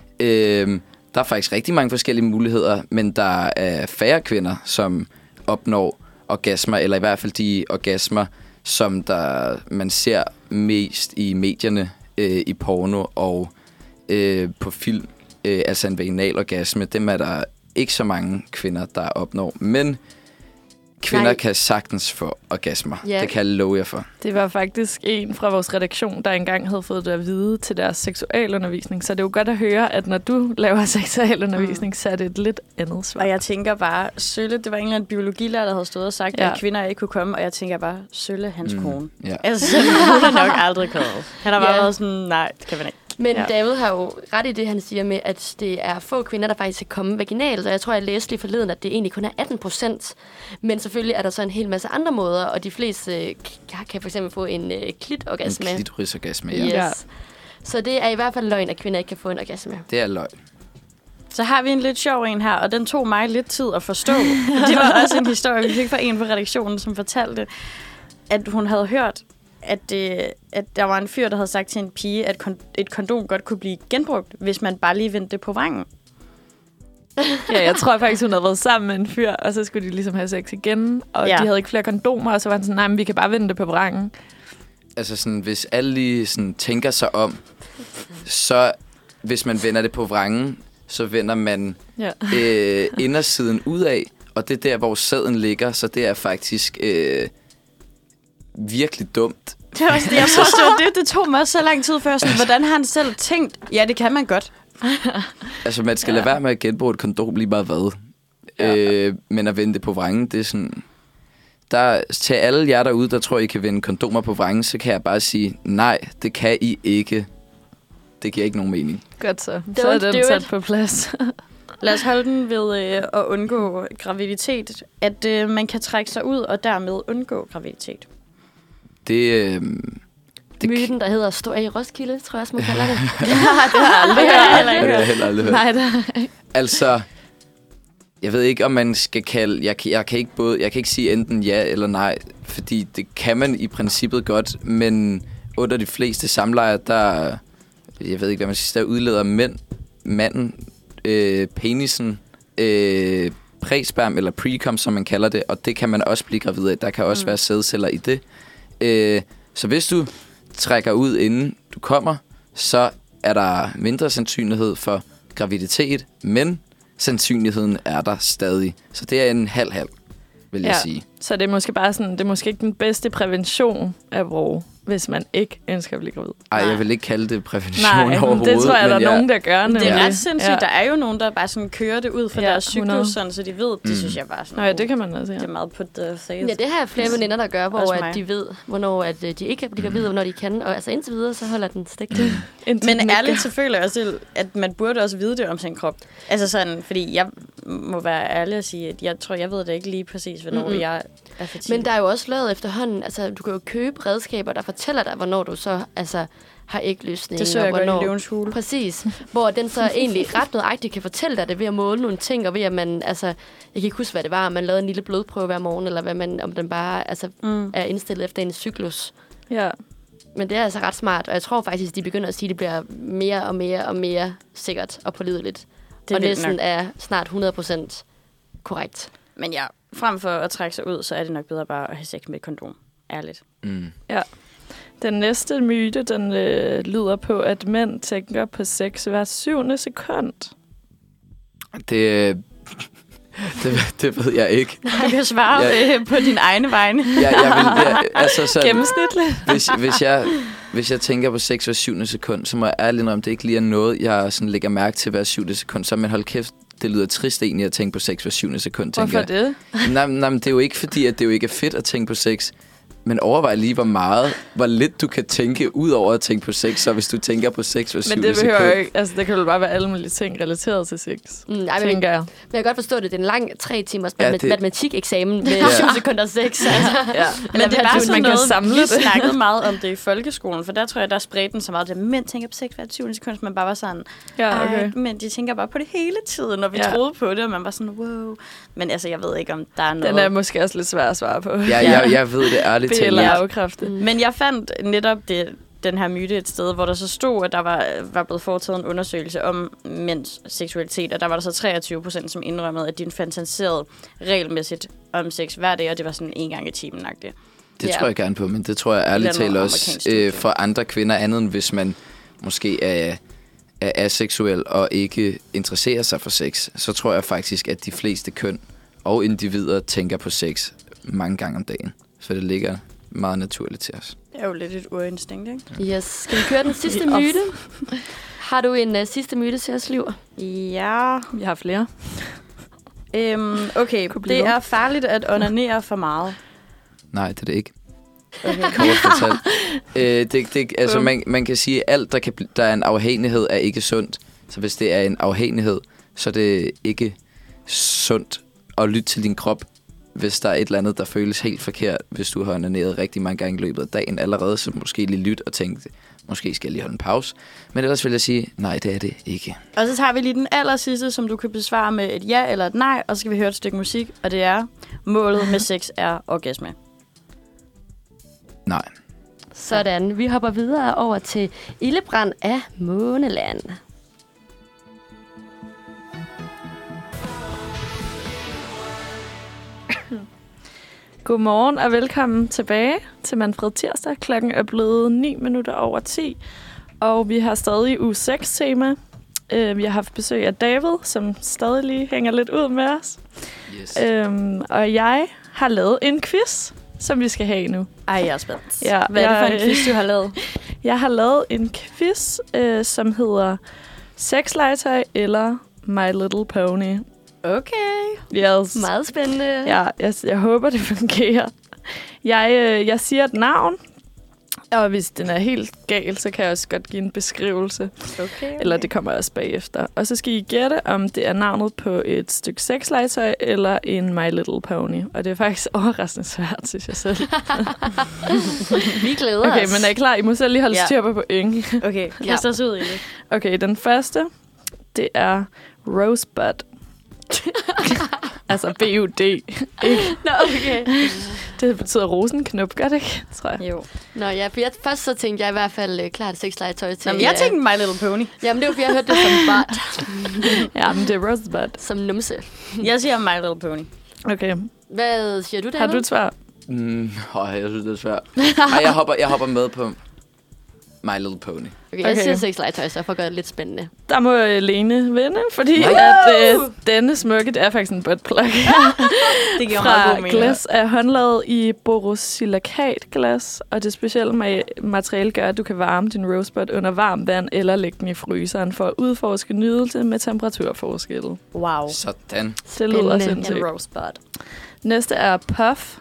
Der er faktisk rigtig mange forskellige muligheder, men der er færre kvinder, som opnår orgasmer, eller i hvert fald de orgasmer, som man ser mest i medierne, i porno og på film, altså en vaginal orgasme. Dem er der ikke så mange kvinder, der opnår, men kvinder kan sagtens få orgasmer. Yeah. Det kan jeg love jer for. Det var faktisk en fra vores redaktion, der engang havde fået det at vide til deres seksualundervisning. Så det er jo godt at høre, at når du laver seksualundervisning, så er det et lidt andet svar. Og jeg tænker bare, Sølle, det var en eller anden biologilærer, der havde stået og sagt, at kvinder ikke kunne komme. Og jeg tænker bare, Sølle, hans kone. Ja. Altså, hun er nok aldrig kommet. Han har bare været sådan, nej, det kan man ikke. Men David har jo ret i det, han siger med, at det er få kvinder, der faktisk kan komme vaginalt. Og jeg tror, jeg læste lige forleden, at det egentlig kun er 18%. Men selvfølgelig er der så en hel masse andre måder, og de fleste kan for eksempel få en klitorgasme. En klitorisorgasme, ja. Yes. Ja. Så det er i hvert fald løgn, at kvinder ikke kan få en orgasme. Det er løgn. Så har vi en lidt sjov en her, og den tog mig lidt tid at forstå. Det var også en historie, vi fik fra en på redaktionen, som fortalte, at hun havde hørt, at der var en fyr, der havde sagt til en pige, at et kondom godt kunne blive genbrugt, hvis man bare lige vendte det på vrangen. Ja, jeg tror faktisk, hun havde været sammen med en fyr, og så skulle de ligesom have sex igen, og de havde ikke flere kondomer, og så var han sådan, nej, men vi kan bare vende det på vrangen. Altså sådan, hvis alle lige sådan tænker sig om, så hvis man vender det på vrangen, så vender man indersiden ud af, og det er der, hvor sæden ligger, så det er faktisk virkelig dumt. Det var jeg forstod det tog mig også så lang tid før, sådan, hvordan har han selv tænkt, ja, det kan man godt. Altså, man skal lade være med at genbruge et kondom lige meget hvad. Men at vende det på vrangen, det er sådan... til alle jer derude, der tror, I kan vende kondomer på vrangen, så kan jeg bare sige, nej, det kan I ikke. Det giver ikke nogen mening. Godt så. Så er den sat på plads. Lad os holde den ved at undgå graviditet. At man kan trække sig ud og dermed undgå graviditet. Myten, der hedder stå af i Roskilde, tror jeg også, man kalder det. Det har jeg aldrig hørt. Nej, altså, jeg ved ikke, om man skal kalde... Jeg kan ikke sige enten ja eller nej, fordi det kan man i princippet godt, men under de fleste samlejer, der... Jeg ved ikke, hvad man siger, der udleder manden, penisen, præsperm eller precum, som man kalder det, og det kan man også blive gravid af. Der kan også være sædceller i det. Så hvis du trækker ud, inden du kommer, så er der mindre sandsynlighed for graviditet, men sandsynligheden er der stadig. Så det er en halv-halv, vil jeg sige. Så det er måske bare sådan, det er måske ikke den bedste prævention at bruge, hvis man ikke ønsker at blive gravid. Ej, jeg vil ikke kalde det prævention overhovedet. Det tror jeg, der er nogen, der gør. Det er ret sindssygt. Der er jo nogen, der bare sådan kører det ud fra deres cyklus, sådan, så de ved, det synes jeg bare sådan. Ja, det kan man også, Det er meget på the face. Ja, det har jeg flere veninder, der gør, hvor at de ved, hvornår at de ikke kan blive gravide, og hvornår de kan. Og altså indtil videre, så holder den stik. Men ærligt selvfølgelig også, at man burde også vide det om sin krop. Altså sådan, fordi jeg må være ærlig at sige, at jeg tror, jeg ved det ikke lige præcis, hvornår jeg er fertil. Men der er jo også lavet efterhånden, altså du kan jo købe redskaber, der fortæller dig, hvornår du så har ikke løsning. Det så jeg godt i Løvens Hule. Præcis. Hvor den så egentlig ret nøjagtigt kan fortælle dig det ved at måle nogle ting, og ved at man, jeg kan ikke huske, hvad det var, man lavede en lille blodprøve hver morgen, eller hvad man, om den bare er indstillet efter en cyklus. Ja. Men det er altså ret smart, og jeg tror faktisk, at de begynder at sige, at det bliver mere og mere og mere sikkert og pålideligt. Og næsten er snart 100% korrekt. Men ja, frem for at trække sig ud, så er det nok bedre bare at have sex med et kondom. Ærligt. Ja. Den næste myte, den lyder på, at mænd tænker på sex hver 7. sekund. Det ved jeg ikke. Du kan svare på din egne vegne. Gennemsnitligt. Hvis jeg tænker på sex hver 7. sekund, så må jeg ærligt indrømme, det ikke lige er noget, jeg sådan lægger mærke til hver 7. sekund. Så men hold kæft, det lyder trist egentlig at tænke på sex hver 7. sekund, tænker Hvorfor det? Nej, men det er jo ikke fordi, at det jo ikke er fedt at tænke på sex. Men overvej lige, hvor lidt du kan tænke, ud over at tænke på sex, så hvis du tænker på sex hver 7. sekund. Men det behøver jo ikke, altså det kan jo bare være alle mulige ting relateret til sex, tænker jeg. Men jeg kan godt forstå det, det er en lang 3 timers Ja, matematikeksamen med 7 sekunder sex. Altså. Ja. Men det er bare sådan man kan noget, samle vi det. snakkede meget om det i folkeskolen, for der tror jeg, der spredte den så meget, at mænd tænker på sex hver 20. sekund, man bare var sådan, Ja, okay. men de tænker bare på det hele tiden, når vi troede på det, og man var sådan, wow. Men altså, jeg ved ikke, om der er noget... Den er måske også lidt svær at svare på. Jeg ved det ærligt talt. Eller afkræfte. Men jeg fandt netop den her myte et sted, hvor der så stod, at der var blevet foretaget en undersøgelse om mænds seksualitet, og der var der så 23%, som indrømmede, at de fantaserede regelmæssigt om sex hver dag, og det var sådan 1 gang i timen-agtigt. Det tror jeg gerne på, men det tror jeg ærligt talt også for andre kvinder, andet end hvis man måske er aseksuel og ikke interesserer sig for sex, så tror jeg faktisk, at de fleste køn og individer tænker på sex mange gange om dagen. Så det ligger meget naturligt til os. Det er jo lidt et urinstinkt, ikke? Yes. Skal vi køre den sidste myte? Har du en sidste myte til os, Liv? Ja. Vi har flere. Okay, det er farligt at onanere for meget. Nej, det er det ikke. Okay. Kort fortalt. Altså, man kan sige, at alt, der er en afhængighed, er ikke sundt. Så hvis det er en afhængighed, så er det ikke sundt at lytte til din krop, hvis der er et eller andet, der føles helt forkert, hvis du har onaneret rigtig mange gange i løbet af dagen allerede, så måske lige lytte og tænke, måske skal jeg lige holde en pause. Men ellers vil jeg sige, nej, det er det ikke. Og så tager vi lige den aller sidste, som du kan besvare med et ja eller et nej, og så skal vi høre et stykke musik, og det er, målet med sex er orgasme. Nej. Sådan. Vi hopper videre over til Ildebrand af Måneland. Godmorgen og velkommen tilbage til Manfred Tirsdag. Klokken er blevet 9:09, og vi har stadig uge 6-tema. Vi har haft besøg af David, som stadig lige hænger lidt ud med os. Yes. Og jeg har lavet en quiz, som vi skal have nu. Ej, jeg er spændt. Ja, Hvad er det for en quiz, du har lavet? Jeg har lavet en quiz, som hedder Sexlegetøj eller My Little Pony. Okay. Yes. Meget spændende. Ja, jeg håber, det fungerer. Jeg siger et navn, og hvis den er helt gal, så kan jeg også godt give en beskrivelse. Okay. Eller det kommer også bagefter. Og så skal I gætte, om det er navnet på et stykke sexlegetøj eller en My Little Pony. Og det er faktisk overraskende svært, synes jeg selv. Vi glæder os. Okay, men er I klar? I må selv lige holde styr på point. Okay, kast os ud i det. Okay, den første, det er Rosebud. Altså B-U-D. Ikke? Nå, okay. Det betyder rosenknop, gør det ikke? Tror jeg. Jo. Nå ja, for først så tænkte jeg i hvert fald klart sexlegetøj til... Jamen, jeg tænkte My Little Pony. Jamen, det var fordi, jeg hørte det som bart. Ja, men det er Rosebud. Som numse. Jeg siger My Little Pony. Okay. Hvad siger du, David? Har du et svar? Jeg synes, det er svært. Jeg hopper med på My Little Pony. Okay, jeg siger sexlegetøj, så jeg får gøre det lidt spændende. Der må Lene vinde, fordi denne smukke, det er faktisk en buttplug. Det giver meget god Fra mening. glas er håndlavet i borosilikatglas, og det specielle materiale gør, at du kan varme din rosebud under varmt vand eller lægge den i fryseren for at udforske nydelse med temperaturforskelle. Wow. Sådan. Det lyder sindssygt. En rosebud. Næste er puff.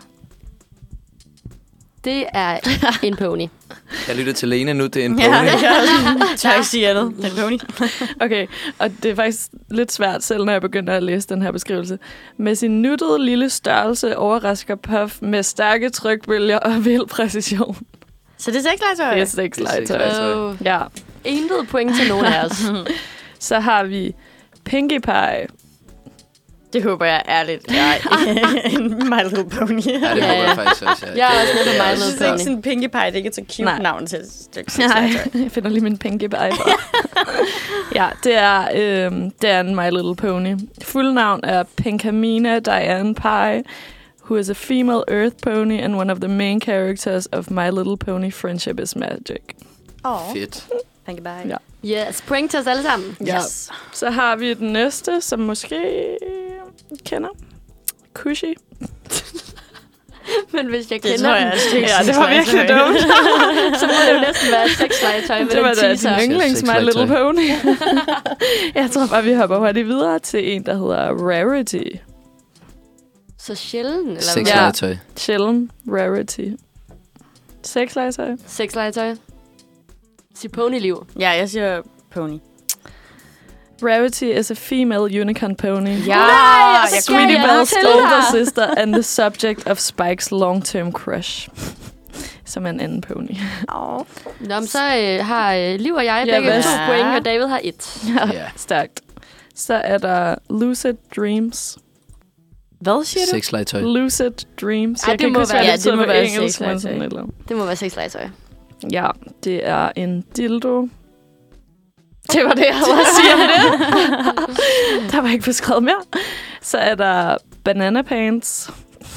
Det er en pony. Jeg lytter til Lene nu, det er en pony. Ja, jeg tør ikke sige andet. Det er en pony. Okay, og det er faktisk lidt svært selv, når jeg begynder at læse den her beskrivelse. Med sin nuttede lille størrelse overrasker Puff med stærke trykbølger og vild præcision. Så det er sexlegetøj? Det er sexlegetøj. Ja. Intet point til nogen af os. Så har vi Pinkie Pie. Det håber jeg ærligt. Jeg er en My Little Pony. Ja, det håber jeg faktisk også. Jeg er også med på My Jeg Little synes ikke Pony. sådan Pinkie Pie, det er ikke et så cute navn til et stykke Nej, sexlegetøj. jeg finder lige min Pinkie Pie for. Ja, det er en My Little Pony. Fuld navn er Pinkamena Diane Pie, who is a female earth pony and one of the main characters of My Little Pony Friendship is Magic. Fedt. Pinkie Pie. Ja. Yes, point til os alle sammen. Yes. Så har vi den næste, som måske kender. Cushy. Men hvis jeg Det kender tror jeg den, er et stykke Ja, det var virkelig dumt. så må det jo næsten være sexlegetøj med Det var den da teaser. din yndlings My Sexlegetøj. Little Pony. Jeg tror bare, vi hopper hurtigt videre til en, der hedder Rarity. Så sjælden, eller hvad? Sexlegetøj. Sjælden Rarity. Sexlegetøj. Sexlegetøj. Sig ponyliv. Ja, jeg siger pony. Rarity is a female unicorn pony. Ja, jeg Sweetie jeg Belle's til older dig. sister and the subject of Spike's long-term crush. Som er en anden pony. Oh. Nå, men så har Liv og jeg Ja, begge hvad? 2 point, og David har 1. Ja. Stærkt. Så er der Lucid Dreams. Hvad siger du? Sexlegetøj. Lucid Dreams. Ej, Jeg det kan ikke må huske, være- hvad ja, det betyder det må på være engelsk, men sexlegetøj. sådan et eller andet. Det må være sexlegetøj. Ja, det er en dildo. Det var det, jeg havde at sige om det. Der var ikke beskrevet mere. Så er der banana pants.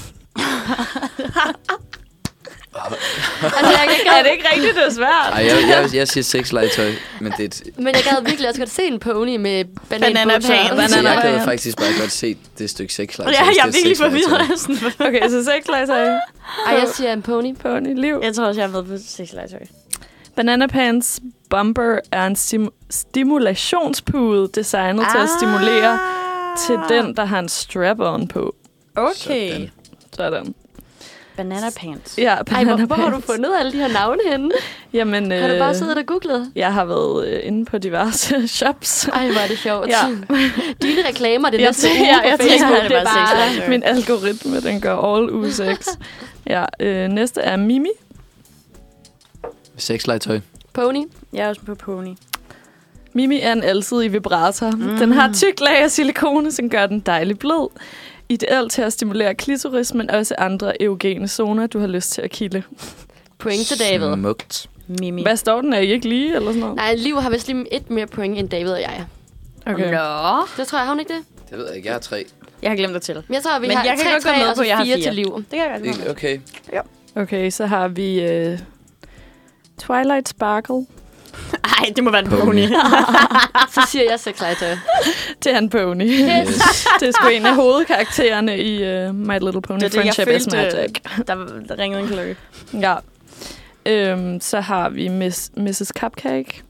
Altså, Er det ikke rigtigt, det er svært? Ej, jeg siger sexlegetøj, men det er et... men jeg gad virkelig også godt se en pony med Banana bananbukser. pants. Så Banana jeg gad pants. faktisk bare godt se det stykke sexlegetøj. Ja, hvis jeg er det virkelig sexlegetøj. forvirret. Okay, så sexlegetøj. Ej, jeg siger en pony. Pony, liv. Jeg tror også, jeg har været på sexlegetøj. Banana pants bumper er en stimulationspude designet til at stimulere til den, der har en strap-on på. Okay. Sådan. Banana pants. Ja, Ej, banana hvor har du pants. fundet alle de her navne henne? Jamen, Har du bare siddet og googlet? jeg har været inde på diverse shops. Ej, hvor er det sjovt. Ja. Dine reklamer, det er Jeg næste tænker- uge jeg på tænker, Facebook. det Det er er bare bare... sexlegetøj. Min algoritme, den gør all uge 6. Ja, næste er Mimi. Sexlegetøj. Pony. Jeg er også på pony. Mimi er en alsidig vibrator. Den har tyk lag af silikone, som gør den dejlig blød. Ideelt til at stimulere klitoris, men også andre erogene zoner, du har lyst til at kilde. Point til David. Smukt. Mimi. Hvad står den? Er I ikke lige, eller sådan noget? Nej, Liv har vist lige 1 mere point end David og jeg. Okay. Nå. Det tror jeg, har hun ikke det? Det ved jeg ikke. Jeg har 3. Jeg har glemt at tælle. Men jeg tror, vi Men har jeg kan 3, godt gå 3 med og på, at jeg så har 4 fire. til Liv. Det kan jeg godt Ikke? Okay. Okay, så har vi Twilight Sparkle. Ej, det må være en Pony. pony. Så siger jeg sexlegetøj. Det er en pony. Yes. Det er sgu en af hovedkaraktererne i My Little Pony Det er det, jeg Friendship is følte, Magic. der ringede en klokke. Ja. Så har vi Mrs. Cupcake.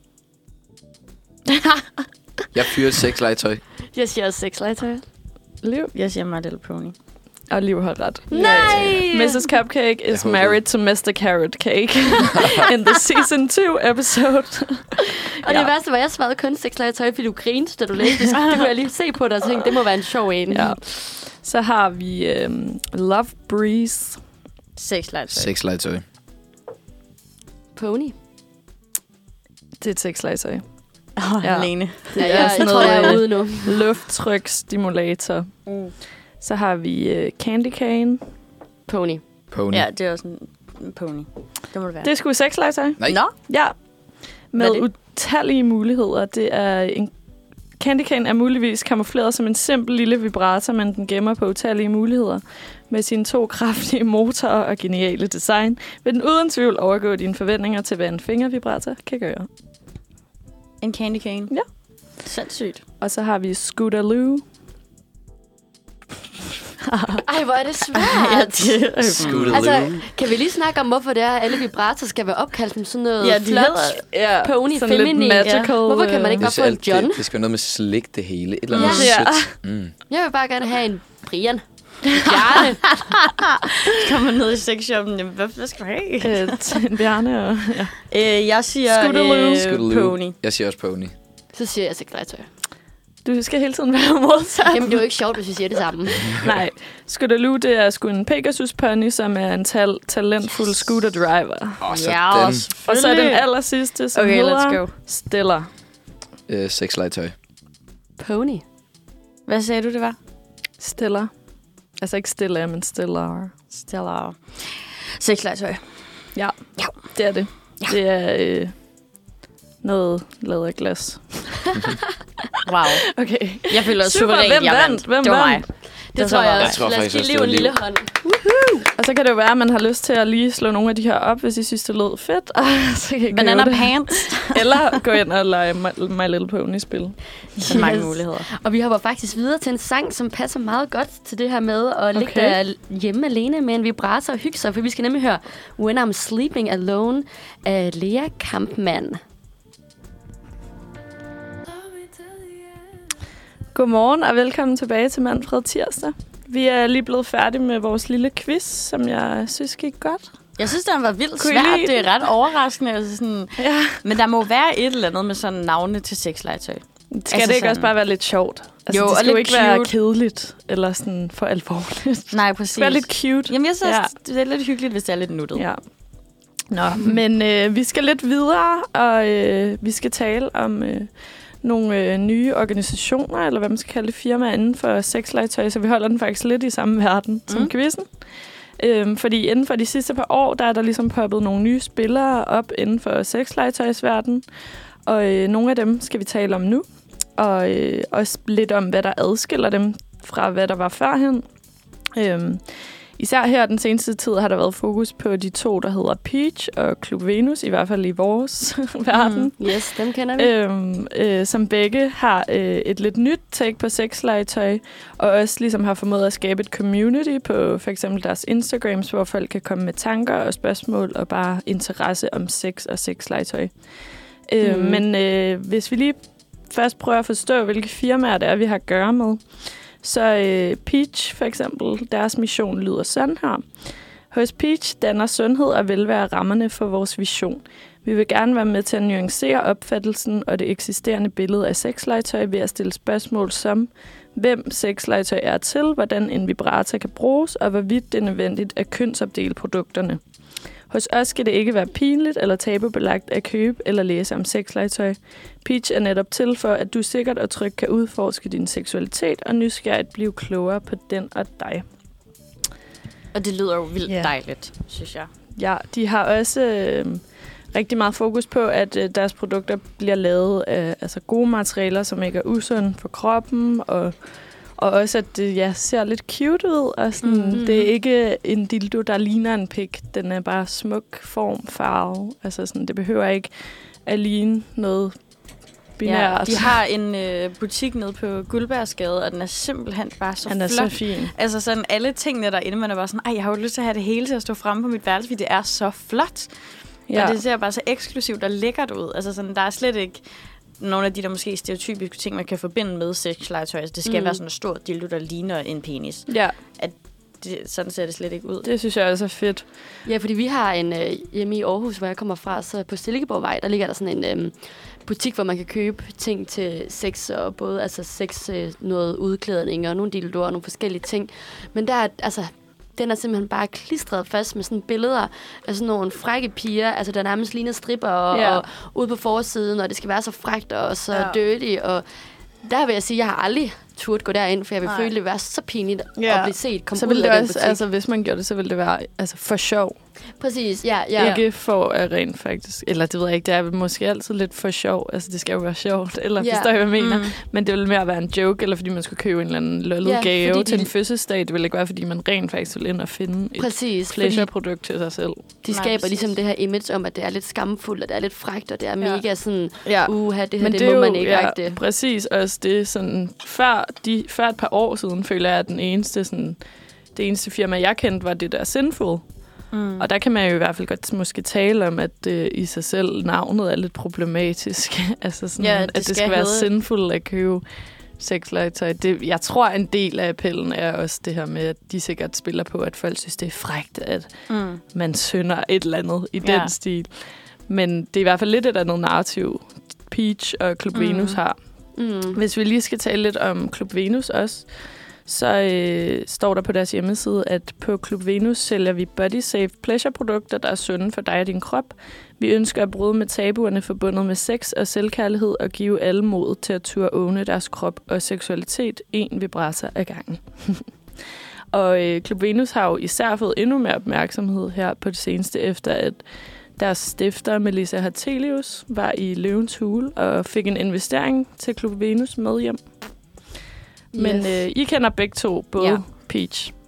Jeg fyrer et sexlegetøj. Jeg siger også sexlegetøj. Liv. Jeg siger My Little Pony. Og Liv har ret. Nej! Mrs. Cupcake is håber- married to Mr. Carrot Cake in the season 2 episode. Og det værste var, jeg svarede kun sexlegetøj, fordi du grinte, da du læste det. Det kunne jeg lige se på dig og tænkte, det må være en sjov en. Ja. Så har vi Love Breeze. Sexlegetøj. Sexlegetøj. Pony. Det er et sexlegetøj. Ja. Alene. Ja, er jeg sådan tror, jeg er noget, ude nu. Lufttrykstimulator. Så har vi Candy Cane. Pony. Pony. Ja, det er også en pony. Det må det være. Det er sgu sexlegetøj. Nej. Nå? Ja. Hvad er Med utallige muligheder. Det er en Candy Cane er muligvis kamufleret som en simpel lille vibrator, men den gemmer på utallige muligheder. Med sine 2 kraftige motorer og geniale design vil den uden tvivl overgå dine forventninger til, hvad en fingervibrator kan gøre. En candy cane? Ja. Sindssygt. Og så har vi Scootaloo. Ej, hvor er det svært. Scootaloo. Altså, kan vi lige snakke om, hvorfor det er, at alle vibrator skal være opkaldt som sådan noget Ja, de flot? Ja, Pony, sådan lidt feminin. magical. Hvorfor kan man ikke Det, bare få en John? det skal være noget med slik det hele. Et eller andet Ja. sødt. Mm. Jeg vil bare gerne have en Brian. Bjarne. Kommer ned i sexshoppen. Jamen, hvad skal du have? En Bjarne og... Ja. Jeg siger Scootaloo. Scootaloo. pony. Jeg siger også pony. Så siger jeg sexlegetøj. Du skal hele tiden være modsat. Jamen, det er jo ikke sjovt, hvis vi siger det samme. Nej, Scootaloo, det er sgu en Pegasus pony, som er en talentfuld scooter driver. Så Ja, den Og så er den aller sidste, som Okay, hedder let's go. Stellar. sexlegetøj. Pony. Hvad sagde du, det var? Stellar. Altså ikke Stellar, men Stellar. Stellar. Sexlegetøj. Ja, det er det. Ja. Det er noget lavet af glas. Wow. Okay. Jeg føler Super, suverænt, hvem jeg vandt? vandt. Hvem Det var vandt? mig. Det tror jeg Jeg også. tror Lad os faktisk give også, Liv det en var lille Liv. hånd. Og så kan det jo være, at man har lyst til at lige slå nogle af de her op, hvis I synes, det lød fedt. Og så kan I Banana det. pants. Eller gå ind og lege My Little Pony-spil. Så mange muligheder. Og vi hopper faktisk videre til en sang, som passer meget godt til det her med at ligge der hjemme alene med en vibrator og hygge sig. For vi skal nemlig høre When I'm Sleeping Alone af Lea Kampmann. Godmorgen og velkommen tilbage til Manfred Tirsdag. Vi er lige blevet færdige med vores lille quiz, som jeg synes gik godt. Jeg synes, den var vildt svært. Det er ret overraskende. Altså sådan, Men der må være et eller andet med sådan navne til sexlegetøj. Skal det ikke sådan også bare være lidt sjovt? Altså, jo, det skal jo ikke cute. være kedeligt eller sådan for alvorligt. Nej, præcis. Det skal være lidt cute. Jamen, jeg synes, det er lidt hyggeligt, hvis det er lidt nuttet. Ja. Nå, men vi skal lidt videre, og vi skal tale om nogle nye organisationer, eller hvad man skal kalde det, firmaer inden for sexlegetøj, så vi holder den faktisk lidt i samme verden som quizzen. Fordi inden for de sidste par år, der er der ligesom poppet nogle nye spillere op inden for sexlegetøjsverdenen, og nogle af dem skal vi tale om nu, og også lidt om, hvad der adskiller dem fra, hvad der var førhen. Især her den seneste tid har der været fokus på de to, der hedder Peach og Club Venus, i hvert fald i vores verden. Yes, dem kender vi. Som begge har et lidt nyt take på sexlegetøj, og også ligesom har formået at skabe et community på for eksempel deres Instagrams, hvor folk kan komme med tanker og spørgsmål og bare interesse om sex og sexlegetøj. Men hvis vi lige først prøver at forstå, hvilke firmaer det er, vi har at gøre med, så Peach for eksempel, deres mission lyder sådan her. Hos Peach danner sundhed og velvære rammerne for vores vision. Vi vil gerne være med til at nuancere opfattelsen og det eksisterende billede af sexlegetøj ved at stille spørgsmål som, hvem sexlegetøj er til, hvordan en vibrator kan bruges, og hvorvidt det er nødvendigt at kønsopdele produkterne. Hos os skal det ikke være pinligt eller tabubelagt at købe eller læse om sexlegetøj. Peach er netop til for, at du sikkert og trygt kan udforske din seksualitet og nysgerrigt blive klogere på den og dig. Og det lyder jo vildt dejligt, synes jeg. Ja, de har også rigtig meget fokus på, at deres produkter bliver lavet af gode materialer, som ikke er usunde for kroppen, og også, at det ser lidt cute ud. Og sådan, det er ikke en dildo, der ligner en pik. Den er bare smuk form, farve. Altså sådan, det behøver ikke at ligne noget binært. Ja, de har en butik nede på Guldbergsgade, og den er simpelthen bare så flot. Den er så fin. Altså sådan alle tingene derinde, man er bare sådan, jeg har jo lyst til at have det hele til at stå fremme på mit værelse, fordi det er så flot. Ja. Og det ser bare så eksklusivt og lækkert ud. Altså sådan, der er slet ikke nogle af de der måske stereotypiske ting, man kan forbinde med sexlegetøj. Altså, det skal være sådan en stor dildo, der ligner en penis. Ja. Sådan ser det slet ikke ud. Det synes jeg også er fedt. Ja, fordi vi har en hjemme i Aarhus, hvor jeg kommer fra, så på Silkeborgvej, der ligger der sådan en butik, hvor man kan købe ting til sex, og både sex, noget udklædning og nogle dildoer og nogle forskellige ting. Men der er, den er simpelthen bare klistret fast med sådan billeder af sådan nogle frække piger, der nærmest ligner stripper og ude på forsiden, og det skal være så frækt og så dirty, og der vil jeg sige, at jeg har aldrig turde gå derind, for jeg vil føle, at det vil være så pinligt at blive set komme ud af den butik. Hvis man gjorde det, så ville det være for sjov. Præcis, ja. Ikke for at rent faktisk. Eller det ved jeg ikke, det er måske altid lidt for sjov. Altså det skal jo være sjovt, eller forstår jeg, hvad jeg mener. Men det ville mere være en joke, eller fordi man skulle købe en eller anden lollet gave til en fødselsdag. Det ville ikke være, fordi man rent faktisk ville ind og finde et pleasure-produkt til sig selv. De skaber ligesom det her image om, at det er lidt skamfuldt, og det er lidt frækt, og det er mega sådan, det her, det må man ikke. Ja, præcis. Også det sådan, før et par år siden, føler jeg, at det eneste firma, jeg kendte, var det der Sinful. Og der kan man jo i hvert fald godt måske tale om, at i sig selv navnet er lidt problematisk. Altså sådan, at det skal være sinful at købe sexlegetøj. Jeg tror, en del af appellen er også det her med, at de sikkert spiller på, at folk synes, det er frækt, at man synder et eller andet i den stil. Men det er i hvert fald lidt et andet narrativ, Peach og Club Venus har. Hvis vi lige skal tale lidt om Club Venus også, så står der på deres hjemmeside, at på Club Venus sælger vi body safe pleasure-produkter, der er sunde for dig og din krop. Vi ønsker at bryde med tabuerne forbundet med sex og selvkærlighed og give alle mod til at turde åbne deres krop og seksualitet en vibrator ad gangen. Og Club Venus har jo især fået endnu mere opmærksomhed her på det seneste, efter at deres stifter, Melissa Hartelius, var i Løvens Hule og fik en investering til Club Venus med hjem. Men I kender begge to, både Peach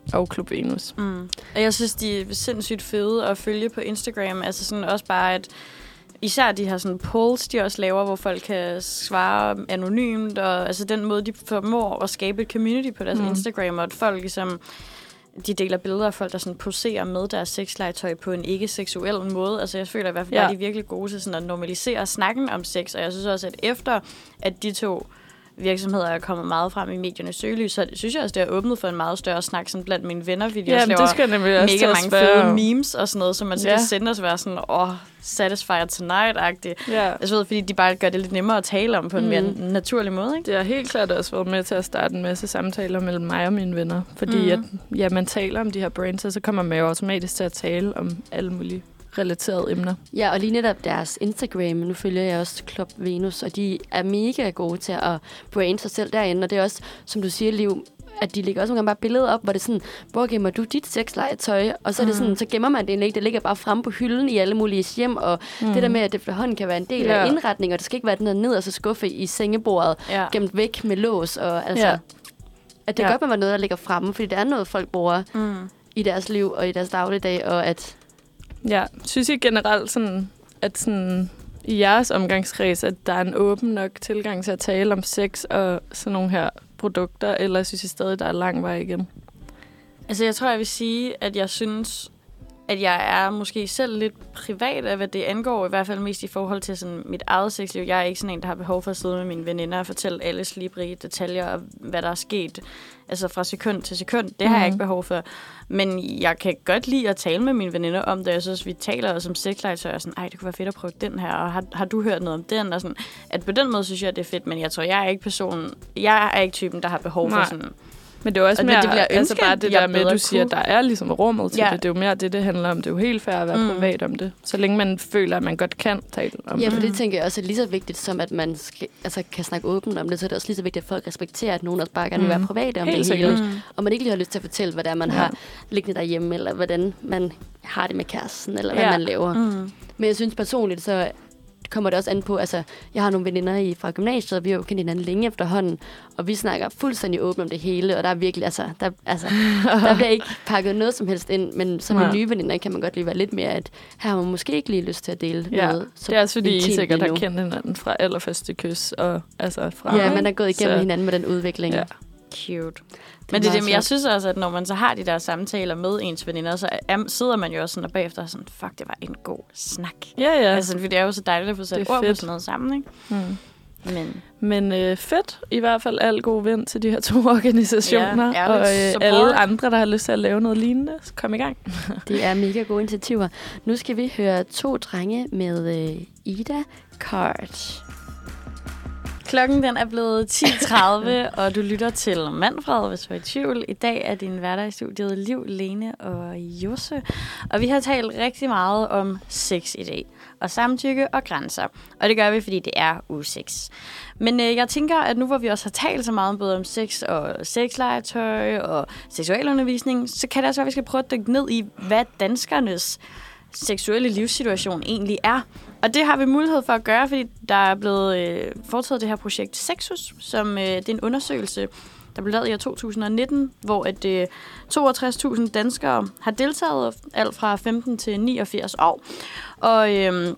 og Klub Venus. Og jeg synes, de er sindssygt fede at følge på Instagram. Altså sådan også bare, at især de her sådan polls, de også laver, hvor folk kan svare anonymt. Og altså den måde, de formår at skabe et community på deres Instagram, og at folk ligesom... De deler billeder af folk, der sådan poserer med deres sexlegetøj på en ikke-seksuel måde. Altså jeg føler i hvert fald, at de er virkelig gode til sådan at normalisere snakken om sex. Og jeg synes også, at efter at de to virksomheder er kommet meget frem i mediernes søgelys, så synes jeg også, det har åbnet for en meget større snak sådan blandt mine venner, fordi jeg laver mega mange fede memes og sådan noget, som man så kan sende os være sådan, satisfied tonight-agtigt. Altså fordi de bare gør det lidt nemmere at tale om på en mere naturlig måde, ikke? Det har helt klart også været med til at starte en masse samtaler mellem mig og mine venner, fordi at, man taler om de her brands, og så kommer man jo automatisk til at tale om alle mulige relaterede emner. Ja, og lige netop deres Instagram, nu følger jeg også Klub Venus, og de er mega gode til at brande sig selv derinde, og det er også, som du siger, Liv, at de lægger også nogle gange bare billeder op, hvor det er sådan, hvor gemmer du dit sexlegetøj? Og så er det sådan, så gemmer man det ikke. Det ligger bare fremme på hylden i alle mulige hjem, og det der med, at det efterhånden kan være en del af indretning, og det skal ikke være den ned og så skuffe i sengebordet, gemt væk med lås, og altså, at det godt må være noget, der ligger fremme, fordi det er noget, folk bruger i deres liv og i deres dagligdag, og at... Ja, synes I generelt sådan, at sådan, i jeres omgangskreds, at der er en åben nok tilgang til at tale om sex og sådan nogle her produkter, eller synes I stadig, der er lang vej igen? Altså, jeg tror, jeg vil sige, at jeg synes, at jeg er måske selv lidt privat af, hvad det angår, i hvert fald mest i forhold til sådan mit eget sexliv. Jeg er ikke sådan en, der har behov for at sidde med mine veninder og fortælle alle slibrige detaljer og hvad der er sket, altså fra sekund til sekund. Det har jeg ikke behov for. Men jeg kan godt lide at tale med mine veninder om det. Jeg synes, vi taler også om sexlegetøj og sådan, det kunne være fedt at prøve den her, og har du hørt noget om den? Og sådan, at på den måde synes jeg, det er fedt, men jeg tror, jeg er ikke typen, der har behov for sådan... Men det er også mere, altså bare det der med, at du siger, at der er ligesom rummet til det. Det er jo mere det handler om. Det er jo helt fair at være privat om det. Så længe man føler, at man godt kan tale om det. Ja, for det tænker jeg også er lige så vigtigt, som at man kan snakke åbent om det. Så er det også lige så vigtigt, at folk respekterer, at nogen også bare gerne vil være private om det hele. Og man ikke lige har lyst til at fortælle, hvad det er, man har liggende derhjemme, eller hvordan man har det med kæresten, eller hvad man laver. Men jeg synes personligt, så kommer det også an på, altså, jeg har nogle veninder fra gymnasiet, og vi har jo kendt hinanden længe efterhånden, og vi snakker fuldstændig åbent om det hele, og der er virkelig, der bliver ikke pakket noget som helst ind, men som en nye veninder kan man godt lige være lidt mere, at her har man måske ikke lige lyst til at dele noget. Det er også fordi, I sikkert har kendt hinanden fra allerførste kys, og altså fra... Ja, man er gået igennem hinanden med den udvikling. Ja. Cute. Men jeg synes også, at når man så har de der samtaler med ens veninder, så sidder man jo også sådan og bagefter og sådan, fuck, det var en god snak. Ja. Altså, fordi det er jo så dejligt at få sat ord på sådan noget sammen, ikke? Men fedt, i hvert fald al god vind til de her 2 organisationer, og alle andre, der har lyst til at lave noget lignende, så kom i gang. Det er mega gode initiativer. Nu skal vi høre 2 drenge med Ida Card. Klokken den er blevet 10:30, og du lytter til Manfred, hvis du er i tvivl. I dag er din hverdag i studiet Liv, Lene og Josse. Og vi har talt rigtig meget om sex i dag, og samtykke og grænser. Og det gør vi, fordi det er uge 6. Men jeg tænker, at nu hvor vi også har talt så meget både om sex og sexlegetøj og seksualundervisning, så kan det også være, at vi skal prøve at dykke ned i, hvad danskernes seksuelle livssituation egentlig er. Og det har vi mulighed for at gøre, fordi der er blevet foretaget det her projekt Sexus, som det er en undersøgelse, der blev lavet i år 2019, hvor 62.000 danskere har deltaget, alt fra 15 til 89 år. Og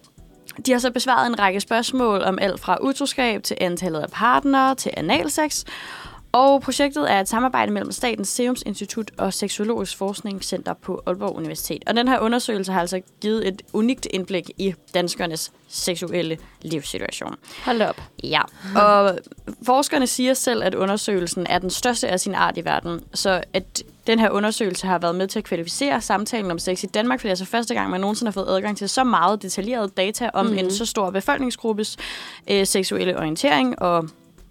de har så besvaret en række spørgsmål om alt fra utroskab til antallet af partnere til analsex. Og projektet er et samarbejde mellem Statens Serum Institut og Sexologisk Forskningscenter på Aalborg Universitet. Og den her undersøgelse har altså givet et unikt indblik i danskernes seksuelle livssituation. Hold op. Ja, og forskerne siger selv, at undersøgelsen er den største af sin art i verden. Så at den her undersøgelse har været med til at kvalificere samtalen om sex i Danmark, for det er altså første gang, man nogensinde har fået adgang til så meget detaljeret data om en så stor befolkningsgruppes seksuelle orientering og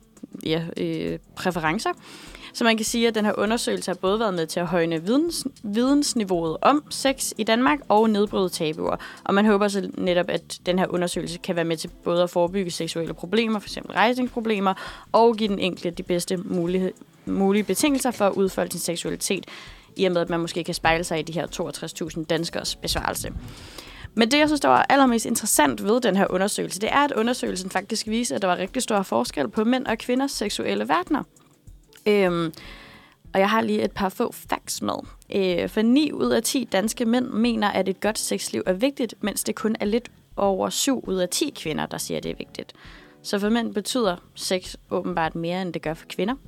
præferencer. Så man kan sige, at den her undersøgelse har både været med til at højne vidensniveauet om sex i Danmark og nedbryde tabuer. Og man håber så netop, at den her undersøgelse kan være med til både at forebygge seksuelle problemer, f.eks. rejsningsproblemer, og give den enkelte de bedste mulige betingelser for at udfolde sin seksualitet, i og med, at man måske kan spejle sig i de her 62.000 danskers besvarelse. Men det, jeg synes, der var allermest interessant ved den her undersøgelse, det er, at undersøgelsen faktisk viser, at der var rigtig stor forskel på mænd og kvinders seksuelle verdener. Og jeg har lige et par få facts med. For 9 ud af 10 danske mænd mener, at et godt sexliv er vigtigt, mens det kun er lidt over 7 ud af 10 kvinder, der siger, at det er vigtigt. Så for mænd betyder sex åbenbart mere, end det gør for kvinder.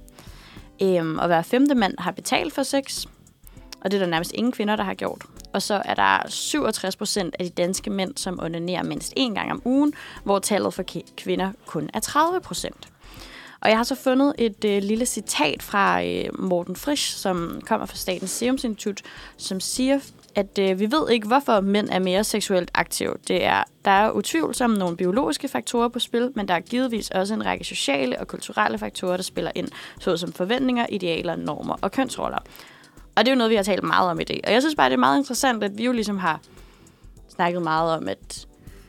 Og hver 5. mand har betalt for sex, og det er der nærmest ingen kvinder, der har gjort. Og så er der 67% af de danske mænd, som onanerer mindst 1 gang om ugen, hvor tallet for kvinder kun er 30%. Og jeg har så fundet et lille citat fra Morten Frisch, som kommer fra Statens Serum Institut, som siger, at vi ved ikke, hvorfor mænd er mere seksuelt aktive. Der er utvivlsomt nogle biologiske faktorer på spil, men der er givetvis også en række sociale og kulturelle faktorer, der spiller ind, såsom forventninger, idealer, normer og kønsroller. Og det er jo noget, vi har talt meget om i dag. Og jeg synes bare, det er meget interessant, at vi jo ligesom har snakket meget om, at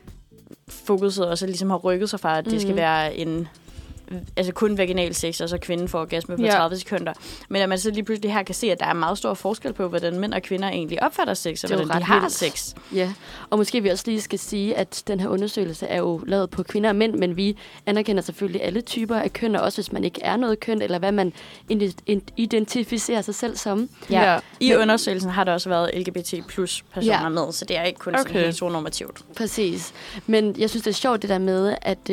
fokuset også ligesom har rykket sig fra, at det skal være altså kun vaginal sex, og så kvinden får orgasme på 30 sekunder. Men at man så lige pludselig her kan se, at der er meget stor forskel på, hvordan mænd og kvinder egentlig opfatter sex, og hvordan de har sex. Ja, og måske vi også lige skal sige, at den her undersøgelse er jo lavet på kvinder og mænd, men vi anerkender selvfølgelig alle typer af køn, og også hvis man ikke er noget køn, eller hvad man identificerer sig selv som. Ja. I undersøgelsen har der også været LGBT plus personer med, så det er ikke kun sådan heteronormativt. Præcis. Men jeg synes, det er sjovt det der med,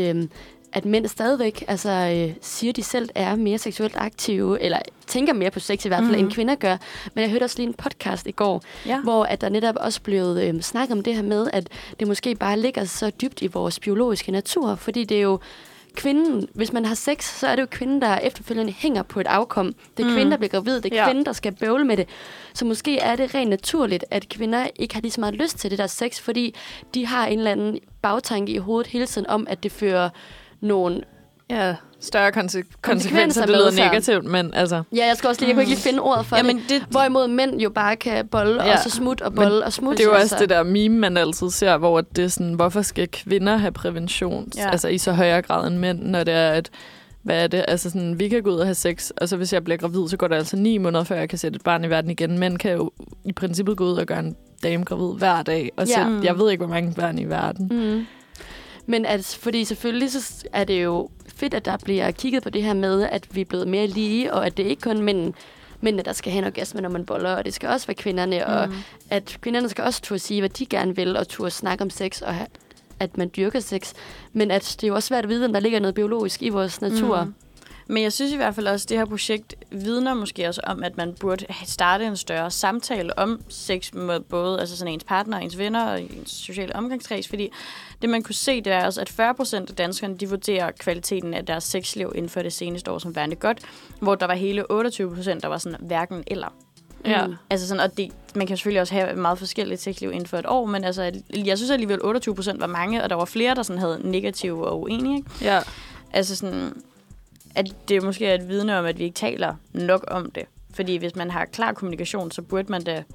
at mænd stadigvæk siger, de selv er mere seksuelt aktive, eller tænker mere på sex i hvert fald, end kvinder gør. Men jeg hørte også lige en podcast i går, hvor at der netop også blev snakket om det her med, at det måske bare ligger så dybt i vores biologiske natur, fordi det er jo kvinden, hvis man har sex, så er det jo kvinden, der efterfølgende hænger på et afkom. Det er kvinden, der bliver gravid, det er kvinden, der skal bøvle med det. Så måske er det rent naturligt, at kvinder ikke har lige så meget lyst til det der sex, fordi de har en eller anden bagtanke i hovedet hele tiden om, at det fører nogle større konsekvenser, det lyder negativt, men altså... Ja, jeg kunne ikke lige finde ordet for det. Hvorimod mænd jo bare kan bolle, og så smut og bolle og smut. Det er jo også det der meme, man altid ser, hvor det er sådan, hvorfor skal kvinder have prævention altså i så højere grad end mænd, når det er, at hvad er det? Altså sådan, vi kan gå ud og have sex, og så hvis jeg bliver gravid, så går det altså 9 måneder, før jeg kan sætte et barn i verden igen. Mænd kan jo i princippet gå ud og gøre en dame gravid hver dag, og sætte, jeg ved ikke, hvor mange børn i verden. Men fordi selvfølgelig så er det jo fedt, at der bliver kigget på det her med, at vi er blevet mere lige, og at det ikke kun mændene, der skal have en orgasme, når man boller, og det skal også være kvinderne, og at kvinderne skal også turde sige, hvad de gerne vil, og turde snakke om sex, og at man dyrker sex. Men at det er jo også svært at vide, om der ligger noget biologisk i vores natur. Men jeg synes i hvert fald også, at det her projekt vidner måske også om, at man burde starte en større samtale om sex med både altså sådan ens partner, ens venner og ens sociale omgangskreds, fordi det man kunne se, det er også, at 40% af danskerne, de vurderer kvaliteten af deres sexliv inden for det seneste år som værende godt, hvor der var hele 28%, der var sådan hverken eller. Ja. Altså sådan, og man kan selvfølgelig også have meget forskelligt sexliv inden for et år, men altså, jeg synes alligevel 28% var mange, og der var flere, der sådan havde negative og uenige. Ikke? Ja. Altså sådan, at det måske er et vidne om, at vi ikke taler nok om det. Fordi hvis man har klar kommunikation, så burde man da...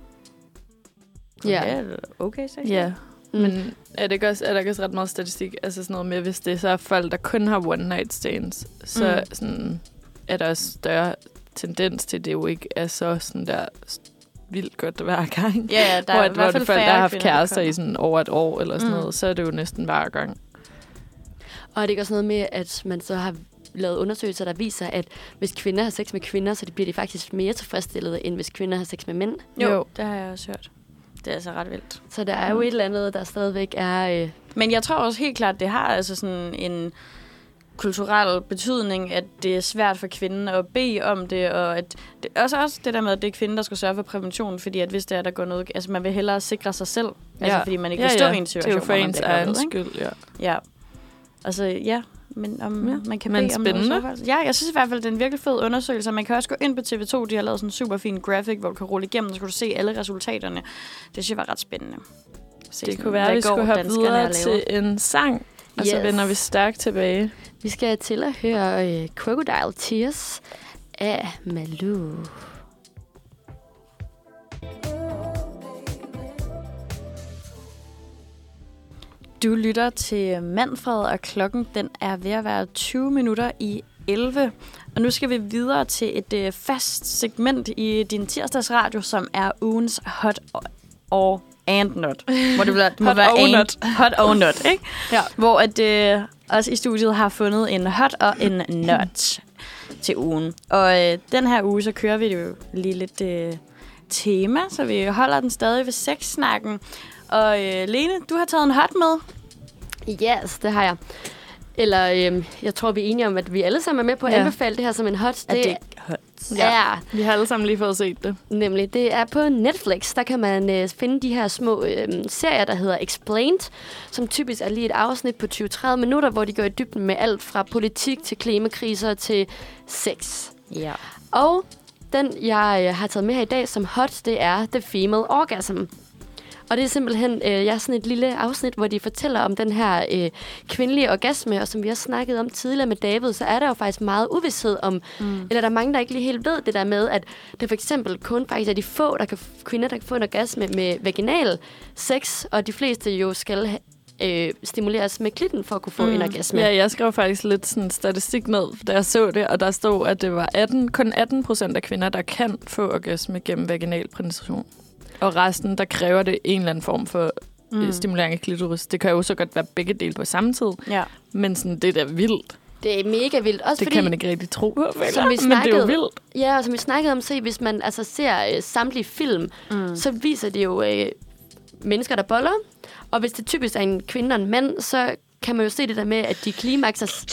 Okay, så ja. Men er der ikke også ret meget statistik? Altså sådan noget med, hvis det er så folk, der kun har one night stands, så sådan, er der også større tendens til, det jo ikke er så sådan der vildt godt hver gang. Ja, der er i hvert fald folk, der har haft kærester i sådan over et år eller sådan noget, så er det jo næsten hver gang. Og er det ikke også noget med, at man så har lavet undersøgelser, der viser, at hvis kvinder har sex med kvinder, så bliver de faktisk mere tilfredsstillede, end hvis kvinder har sex med mænd? Jo, det har jeg også hørt. Det er altså ret vildt. Så der er jo et eller andet, der stadigvæk er... Men jeg tror også helt klart, det har altså sådan en kulturel betydning, at det er svært for kvinden at bede om det, og at det, også det der med, at det er kvinden, der skal sørge for prævention, fordi at hvis der går noget... Altså, man vil hellere sikre sig selv, altså fordi man ikke vil stå i en situation, det er jo for ens egen skyld, ja. Altså, men om man kan bede om noget. Ja, jeg synes i hvert fald, det er en virkelig fed undersøgelse. Man kan også gå ind på TV2, de har lavet sådan en super fin graphic, hvor du kan rulle igennem, og så kan du se alle resultaterne. Det synes jeg var ret spændende. Det kunne være, at vi skulle hoppe videre til en sang, og så vender vi stærkt tilbage. Vi skal til at høre Crocodile Tears af Malou. Du lytter til Manfred, og klokken den er ved at være 20 minutter i 11. Og nu skal vi videre til et fast segment i din tirsdagsradio, som er ugens Hot or and Not. Hvor det må være Hot or Not, ikke? Ja. Hvor at, også i studiet har fundet en hot og en not. til ugen. Og den her uge, så kører vi jo lige lidt tema, så vi holder den stadig ved sexsnakken. Og Lene, du har taget en hot med. Yes, det har jeg. Eller jeg tror, vi er enige om, at vi alle sammen er med på at anbefale det her som en hot. Det er hot. Ja. Vi har alle sammen lige fået set det. Nemlig. Det er på Netflix. Der kan man finde de her små serier, der hedder Explained, som typisk er lige et afsnit på 20-30 minutter, hvor de går i dybden med alt fra politik til klimakriser til sex. Ja. Og den, jeg har taget med her i dag som hot, det er The Female Orgasm. Og det er simpelthen sådan et lille afsnit, hvor de fortæller om den her kvindelige orgasme, og som vi har snakket om tidligere med David, så er der jo faktisk meget uvished om, eller der er mange, der ikke lige helt ved det der med, at det for eksempel kun faktisk er de få kvinder, der kan få en orgasme med vaginal sex, og de fleste jo skal stimuleres med klitten for at kunne få en orgasme. Ja, jeg skrev faktisk lidt sådan statistik ned, da jeg så det, og der stod, at det var kun 18% af kvinder, der kan få orgasme gennem vaginal penetration. Og resten, der kræver det en eller anden form for stimulering af klitoris. Det kan jo så godt være begge dele på samme tid. Ja. Men sådan, det er da vildt. Det er mega vildt. Også det fordi, kan man ikke rigtig tro på, men det er jo vildt. Ja, og som vi snakkede om, så hvis man altså ser samtlige film, så viser det jo mennesker, der boller. Og hvis det typisk er en kvinde og en mand, så kan man jo se det der med, at de klimakser...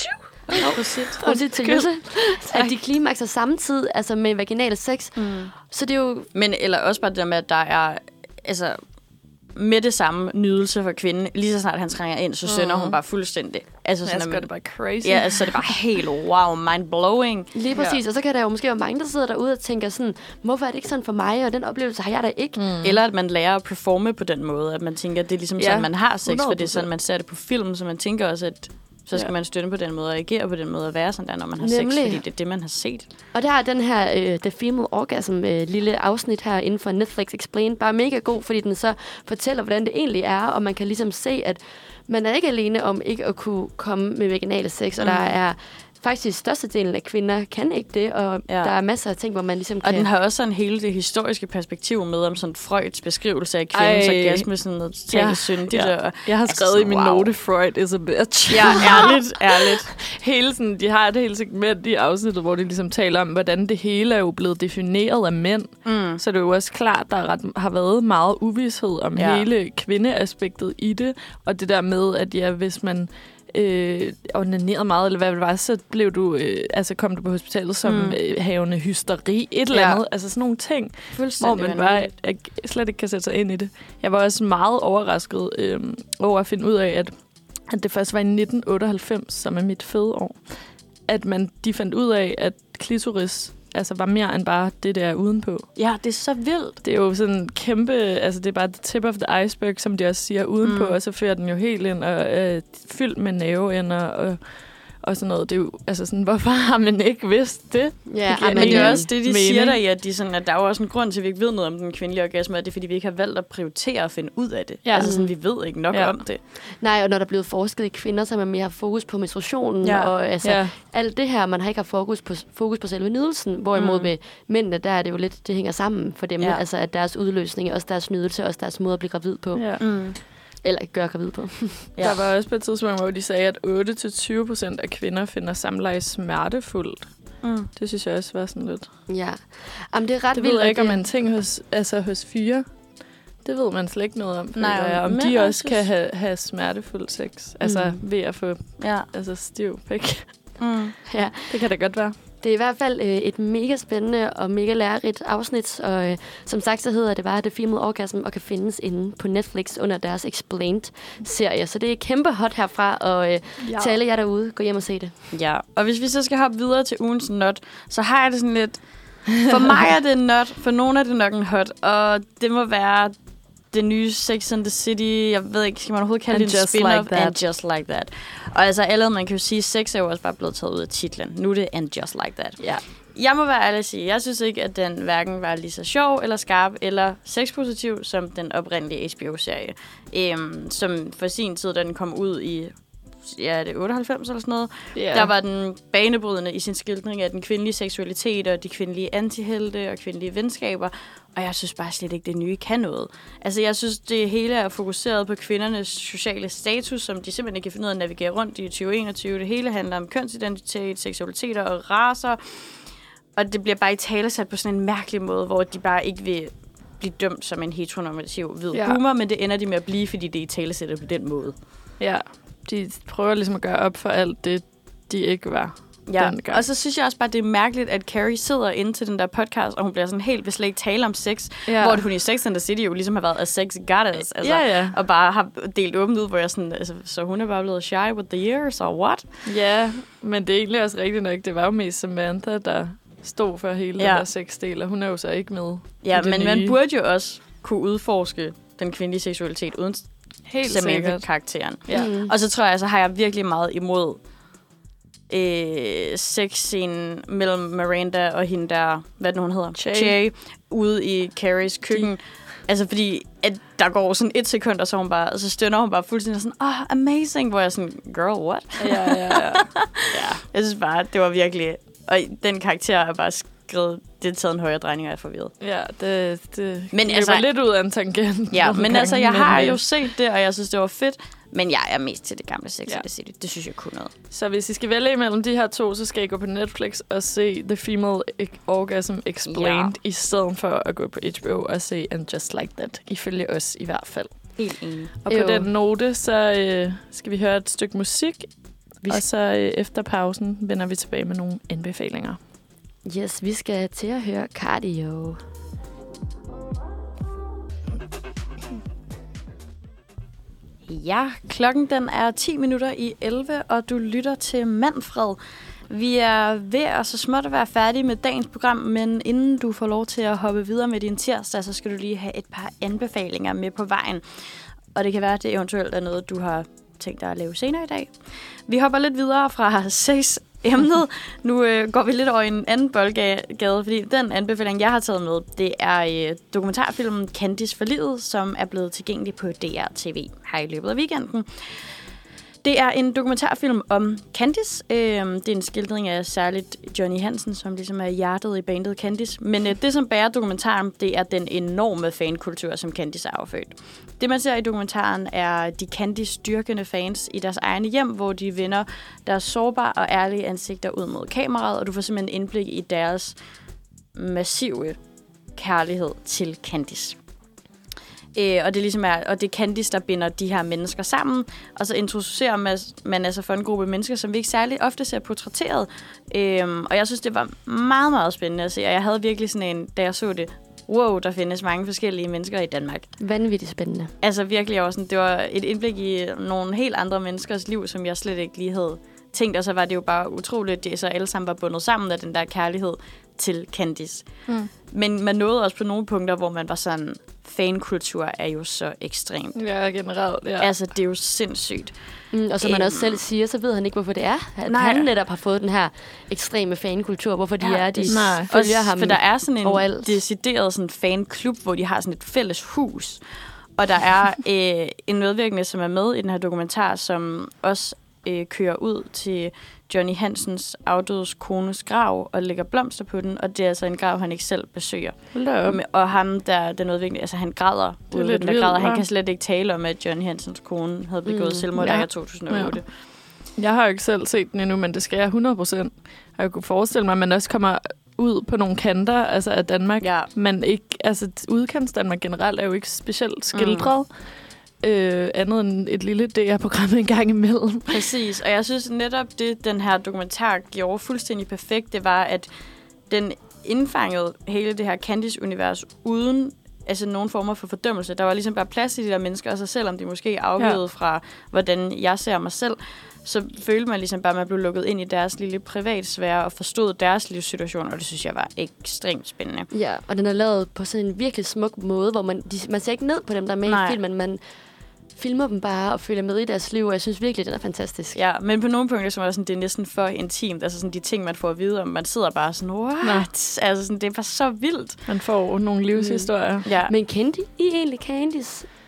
at de klimakser samtidig, altså med vaginal sex. Så det er jo... Men eller også bare det der med, at der er altså med det samme nydelse for kvinden. Lige så snart han trænger ind, så sønder hun bare fuldstændig. Altså sådan, så er det bare crazy. Ja, altså det er bare helt wow, mind-blowing. Lige præcis, og så kan der jo måske være mange, der sidder derude og tænker sådan, hvorfor er det ikke sådan for mig, og den oplevelse har jeg da ikke. Eller at man lærer at performe på den måde, at man tænker, at det er ligesom sådan, man har sex, 100%. For det er sådan, man ser det på film, så man tænker også, at så skal man støtte på den måde, og agere på den måde, og være sådan der, når man har sex, fordi det er det, man har set. Og der er den her The Female Orgasm lille afsnit her inden for Netflix Explained, bare mega god, fordi den så fortæller, hvordan det egentlig er, og man kan ligesom se, at man er ikke alene om ikke at kunne komme med vaginale sex, og der er faktisk størstedelen af kvinder kan ikke det, og der er masser af ting, hvor man ligesom kan... Og den har også sådan hele det historiske perspektiv med, om sådan Freuds beskrivelse af kvindens orgasme, sådan noget totalt syndigt. Ja. Jeg har skrevet i min note, Freud is a bitch. Ja, ærligt. Hele sådan, de har det hele segment i afsnittet, hvor de ligesom taler om, hvordan det hele er jo blevet defineret af mænd. Så det er jo også klart, der har været meget uvished om hele kvindeaspektet i det, og det der med, at hvis man onaneret meget, eller hvad det var, så blev du, kom du på hospitalet som havende hysteri, et eller andet, altså sådan nogle ting, hvor man bare slet ikke kan sætte sig ind i det. Jeg var også meget overrasket over at finde ud af, at det først var i 1998, som er mit fødeår, at de fandt ud af, at klitoris var mere end bare det der udenpå. Ja, det er så vildt. Det er jo sådan en kæmpe... Altså, det er bare the tip of the iceberg, som de også siger, udenpå, og så fører den jo helt ind og fyldt med nerveender og sådan noget. Det er jo... Altså sådan, hvorfor har man ikke vidst det? Ja, men det er også det, de siger der i, at der er jo også en grund til, at vi ikke ved noget om den kvindelige orgasme, og det er, fordi vi ikke har valgt at prioritere at finde ud af det. Ja. Altså sådan, vi ved ikke nok om det. Nej, og når der er blevet forsket i kvinder, så har man mere fokus på menstruationen, og alt det her, man har ikke haft fokus på selve nydelsen, hvorimod med mændene, der er det jo lidt, det hænger sammen for dem, altså at deres udløsning, også deres nydelse, også deres måde at blive gravid på. Ja. Eller gøre gravid på. Der var også på et tidspunkt, hvor de sagde, at 8-20% af kvinder finder samleje smertefuldt. Det synes jeg også var sådan lidt... Ja. Jamen, det er ret vildt. Det ved jeg ikke, om man ting hos fyre. Det ved man slet ikke noget om. Nej, om de også kan have smertefuld sex. Altså ved at få stiv pik. Ja. Det kan da godt være. Det er i hvert fald et mega spændende og mega lærerigt afsnit, og som sagt så hedder det bare The Female Orgasm, og kan findes inde på Netflix under deres Explained-serie. Så det er kæmpe hot herfra, og til alle jer derude, gå hjem og se det. Ja, og hvis vi så skal hoppe videre til ugens not, så har jeg det sådan lidt... For mig er det en not, for nogle er det nok en hot, og det må være det nye Sex and the City, jeg ved ikke, skal man overhovedet kalde det en spin-off? Like And Just Like That. Og altså allerede, man kan jo sige, sex er jo også bare blevet taget ud af titlen. Nu er det And Just Like That. Ja. Jeg må være ærlig at sige, jeg synes ikke, at den hverken var lige så sjov, eller skarp, eller sexpositiv, som den oprindelige HBO-serie. Som for sin tid, da den kom ud i ja, det er 98 eller sådan noget. Yeah. Der var den banebrydende i sin skildring af den kvindelige seksualitet og de kvindelige antihelte og kvindelige venskaber. Og jeg synes bare slet ikke, det nye kan noget. Altså, jeg synes, det hele er fokuseret på kvindernes sociale status, som de simpelthen ikke kan finde ud af at navigere rundt i 2021. Det hele handler om kønsidentitet, seksualiteter og racer. Og det bliver bare i talesat på sådan en mærkelig måde, hvor de bare ikke vil blive dømt som en heteronormativ hvid boomer, men det ender de med at blive, fordi det er i talesættet på den måde. Ja, de prøver ligesom at gøre op for alt det, de ikke var. Ja, og så synes jeg også bare, det er mærkeligt, at Carrie sidder inde til den der podcast, og hun bliver sådan helt, vil slet ikke tale om sex, hvor hun i Sex and the City jo ligesom har været a sex goddess, altså, og bare har delt åbent ud, hvor jeg sådan, altså, så hun er bare blevet shy with the years, or what? Ja, men det er egentlig også rigtigt nok, det var jo mest Samantha, der stod for hele den der sexdel, og hun er jo så ikke med. Ja, men man burde jo også kunne udforske den kvindelige seksualitet uden Samantha-karakteren. Ja. Og så tror jeg, så har jeg virkelig meget imod sexscenen mellem Miranda og hende der, hvad den hun hedder? Che, ude i Carries køkken. Altså fordi, at der går sådan 1 sekund, og så, hun bare, og så stønner hun bare fuldstændig sådan, amazing, hvor jeg sådan, girl, what? Ja. Jeg synes bare, det var virkelig, og den karakter er bare skrevet, det er taget en højere drejning, og jeg er forvirret. Ja, det men altså, lidt ud af en tangent. Ja, men altså, jeg har jo set det, og jeg synes, det var fedt. Men jeg er mest til det gamle Sex and the City. Det synes jeg kunne noget. Så hvis I skal vælge imellem de her to, så skal I gå på Netflix og se The Female Orgasm Explained, i stedet for at gå på HBO og se And Just Like That. Ifølge os i hvert fald. Helt enig. Og på den note, så skal vi høre et stykke musik. Og så efter pausen vender vi tilbage med nogle anbefalinger. Yes, vi skal til at høre Cardio. Ja, klokken den er 10:10, og du lytter til Manfred. Vi er ved at så småt at være færdige med dagens program, men inden du får lov til at hoppe videre med din tirsdag, så skal du lige have et par anbefalinger med på vejen. Og det kan være, at det eventuelt er noget, du har tænkt dig at lave senere i dag. Vi hopper lidt videre fra sex-emnet. Nu går vi lidt over i en anden boldgade, fordi den anbefaling, jeg har taget med, det er dokumentarfilmen Candice for livet, som er blevet tilgængelig på DR-TV her i løbet af weekenden. Det er en dokumentarfilm om Candice. Det er en skildring af særligt Johnny Hansen, som ligesom er hjertet i bandet Candice. Men det, som bærer dokumentaren, det er den enorme fankultur, som Candice er affødt. Det, man ser i dokumentaren, er de Candice-dyrkende fans i deres egne hjem, hvor de vender deres sårbare og ærlige ansigter ud mod kameraet, og du får simpelthen indblik i deres massive kærlighed til Candice. Og det ligesom og det er Candice, der binder de her mennesker sammen, og så introducerer man altså for en gruppe mennesker, som vi ikke særlig ofte ser portrætteret. Og jeg synes, det var meget, meget spændende at se, og jeg havde virkelig sådan en, da jeg så det, wow, der findes mange forskellige mennesker i Danmark. Vanvittigt spændende. Altså virkelig også sådan, det var et indblik i nogle helt andre menneskers liv, som jeg slet ikke lige havde tænkt, og så var det jo bare utroligt, at de så alle sammen var bundet sammen af den der kærlighed til Candice. Men man nåede også på nogle punkter, hvor man var sådan, fankultur er jo så ekstremt. Ja, generelt, ja. Altså, det er jo sindssygt. Og som man også selv siger, så ved han ikke, hvorfor det er. At han netop har fået den her ekstreme fankultur. Hvorfor de følger ham. For der er sådan en overalt. decideret sådan fanklub, hvor de har sådan et fælles hus. Og der er en medvirkende, som er med i den her dokumentar, som også kører ud til Johnny Hansens afdødes kones grav og lægger blomster på den, og det er altså en grav, han ikke selv besøger. Og ham, der den udvikling, altså han græder ude ved den der græder. Han kan slet ikke tale om, at Johnny Hansens kone havde begået selvmord i 2008. Ja. Jeg har jo ikke selv set den endnu, men det skal jeg 100%. Jeg kunne forestille mig, at man også kommer ud på nogle kanter altså af Danmark. Ja. Men ikke, altså udkants Danmark generelt er jo ikke specielt skildret. Andet end et lille DR-program en gang imellem. Præcis, og jeg synes netop det, den her dokumentar gjorde fuldstændig perfekt, det var, at den indfangede hele det her Candice-univers uden altså nogen former for fordømmelse. Der var ligesom bare plads i de der mennesker, og så selvom de måske afvigede fra, hvordan jeg ser mig selv, så følte man ligesom bare, at man blev lukket ind i deres lille privatsfære og forstod deres livssituation, og det synes jeg var ekstremt spændende. Ja, og den er lavet på sådan en virkelig smuk måde, hvor man ser ikke ned på dem, der er med i filmen, man filmer dem bare og følger med i deres liv, og jeg synes virkelig, den er fantastisk. Ja, men på nogle punkter, så var sådan, det er næsten for intimt. Altså sådan de ting, man får at vide om. Man sidder bare sådan, what? Altså sådan, det er bare så vildt. Man får nogle livshistorier. Ja. Men kendte I egentlig Candice?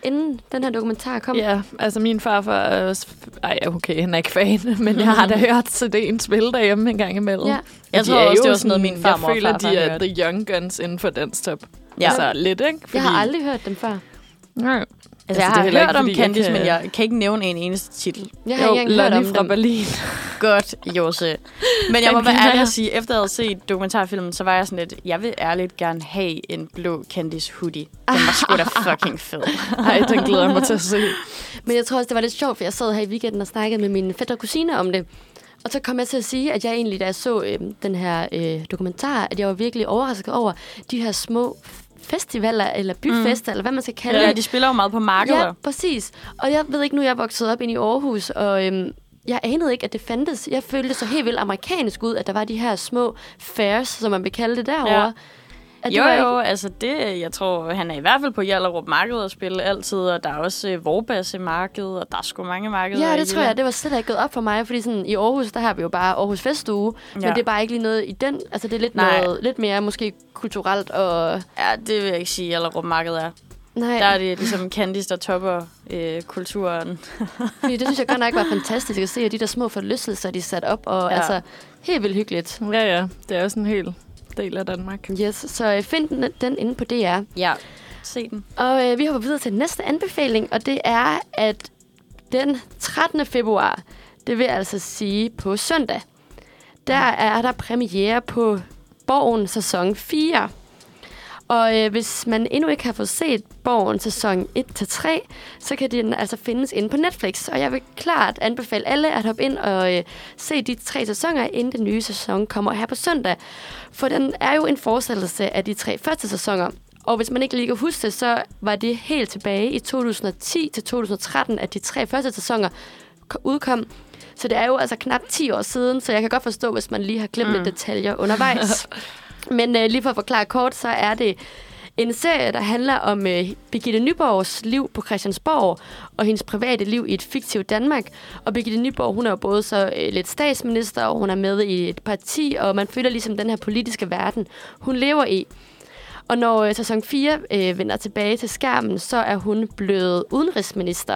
inden den her dokumentar kom? Ja, altså min farfar er også... Ej, okay, han er ikke fan, men jeg har da hørt CD'en spille derhjemme en gang imellem. Ja. Jeg tror også, det var sådan noget, min farmor Jeg føler, og farfar de er hørte. the young guns inden for Dance Top. Ja. Altså lidt, ikke? Jeg har aldrig hørt dem før. Nej. Altså, jeg det er har heller hørt ikke, om fordi jeg Candice, kan- men jeg kan ikke nævne en eneste titel. Jeg har ikke engang hørt om Lonnie fra dem. Berlin. Godt, Jose. Men jeg må Den være kender ærlig jeg. at sige, efter jeg havde set dokumentarfilmen, så var jeg sådan lidt, jeg vil ærligt gerne have en blå Candice hoodie. Den var sgu da fucking fed. Nej, den glæder jeg mig til at se. Men jeg tror også, det var lidt sjovt, for jeg sad her i weekenden og snakkede med mine fætter og kusiner om det. Og så kom jeg til at sige, at jeg egentlig, da jeg så den her dokumentar, at jeg var virkelig overrasket over de her små festivaler, eller byfester, eller hvad man skal kalde Ja, det. de spiller jo meget på markeder. Ja, præcis. Og jeg ved ikke, nu er jeg vokset op inde i Aarhus, og jeg anede ikke, at det fandtes. Jeg følte det så helt vildt amerikansk ud, at der var de her små fairs, som man vil kalde det derovre. Ja. Jo, altså det, jeg tror, han er i hvert fald på Hjallerup Marked og spille altid, og der er også Vorbasse Marked, og der er sgu mange markeder. Ja, i det tror jeg, det var slet ikke gået op for mig, fordi sådan, i Aarhus, der har vi jo bare Aarhus Festuge, men det er bare ikke lige noget i den, altså det er lidt, lidt mere måske kulturelt og... Ja, det vil jeg ikke sige, Hjallerup Marked er. Nej. Der er det ligesom Candice, der topper kulturen. Fordi det synes jeg godt nok var fantastisk at se, at de der små forlystelser, de er sat op, og altså helt vildt hyggeligt. Ja, det er også en hel del af Danmark. Yes, så find den inde på DR. Ja, se den. Og vi hopper videre til næste anbefaling, og det er, at den 13. februar, det vil altså sige på søndag, der er der premiere på Borgen sæson 4. Og hvis man endnu ikke har fået set Borgen sæson 1-3, så kan den altså findes inde på Netflix. Og jeg vil klart anbefale alle at hoppe ind og se de 3 sæsoner, inden den nye sæson kommer her på søndag. For den er jo en fortsættelse af de 3 første sæsoner. Og hvis man ikke lige kan huske det, så var det helt tilbage i 2010 til 2013, at de 3 første sæsoner udkom. Så det er jo altså knap 10 år siden, så jeg kan godt forstå, hvis man lige har glemt lidt detaljer undervejs. Men lige for at forklare kort, så er det en serie, der handler om Birgitte Nyborgs liv på Christiansborg og hendes private liv i et fiktivt Danmark. Og Birgitte Nyborg, hun er jo både så lidt statsminister, og hun er med i et parti, og man føler ligesom den her politiske verden, hun lever i. Og når sæson 4 vender tilbage til skærmen, så er hun blevet udenrigsminister.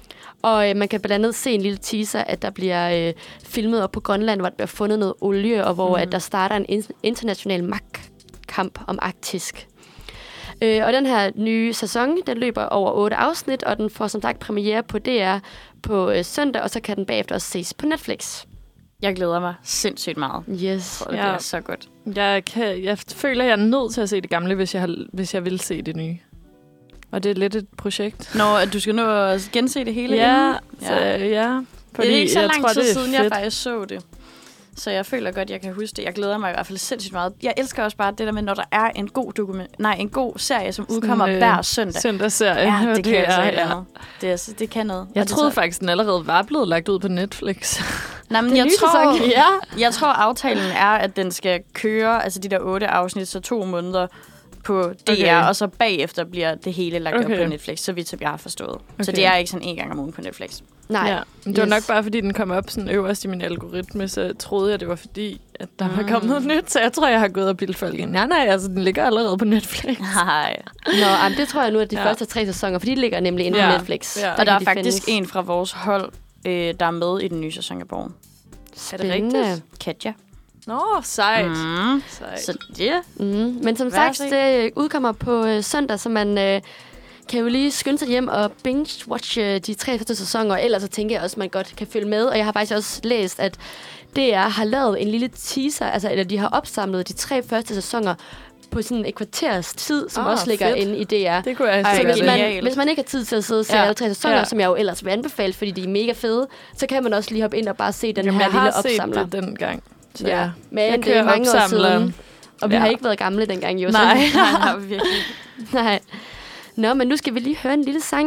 Og man kan blandt andet se en lille teaser, at der bliver filmet op på Grønland, hvor der bliver fundet noget olie, og hvor at der starter en international magtkamp om Arktisk. Og den her nye sæson, den løber over 8 afsnit, og den får som sagt premiere på DR på søndag, og så kan den bagefter også ses på Netflix. Jeg glæder mig sindssygt meget. Yes. Det bliver så godt. Jeg føler, jeg er nødt til at se det gamle, hvis jeg vil se det nye. Og det er lidt et projekt. Når du skal nå at gense det hele Ja, inden. ja. Fordi det er ikke så lang tid siden, fedt. jeg faktisk så det. Så jeg føler godt, jeg kan huske det. Jeg glæder mig i hvert fald sindssygt meget. Jeg elsker også bare det der med, når der er en god en god serie, som udkommer hver søndag. Søndagsserie. Ja, det kan altså et ja. eller andet. Det kan noget. Jeg troede faktisk, den allerede var blevet lagt ud på Netflix. Nej, men jeg sæson. jeg tror, aftalen er, at den skal køre, altså de der 8 afsnit, så 2 måneder på DR, Okay. og så bagefter bliver det hele lagt op på Netflix, så vidt som jeg har forstået. Så det er ikke sådan en gang om ugen på Netflix. Nej. Ja. Det var nok bare, fordi den kom op sådan øverst i min algoritme, så troede jeg, det var fordi, at der var kommet noget nyt. Så jeg tror, jeg har gået og bildt folk ind. Nej, altså den ligger allerede på Netflix. Nej. Nå, det tror jeg nu, at de første 3 sæsoner, for de ligger nemlig inde på Netflix. Ja. Og der er faktisk en fra vores hold, der er med i den nye sæson af Borgen. Er det rigtigt? Katja. Nå, sejt. Sejt. Så det Men som sagt, det udkommer på søndag, så man kan jo lige skynde sig hjem og binge-watche de 3 første sæsoner, ellers så tænker jeg også, at man godt kan følge med. Og jeg har faktisk også læst, at DR har lavet en lille teaser, altså, eller de har opsamlet de 3 første sæsoner på sådan et kvarters tid, som også ligger inde i DR. Det kunne jeg så hvis man ikke har tid til at sidde og se alle 3 sæsoner, som jeg jo ellers vil anbefale, fordi de er mega fede, så kan man også lige hoppe ind og bare se den her lille opsamler. Jeg har set det den gang. Så ja, men jeg det er mange år siden. Og vi har ikke været gamle dengang, jo. Nej, har vi virkelig. Nej. Nå, men nu skal vi lige høre en lille sang,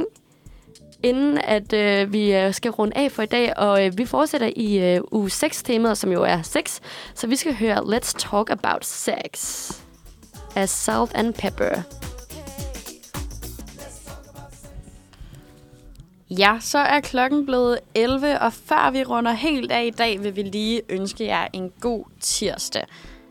inden at vi skal runde af for i dag. Og vi fortsætter i uge 6-temaet, som jo er sex. Så vi skal høre Let's Talk About Sex af Salt and Pepper. Ja, så er klokken blevet 11, og før vi runder helt af i dag, vil vi lige ønske jer en god tirsdag.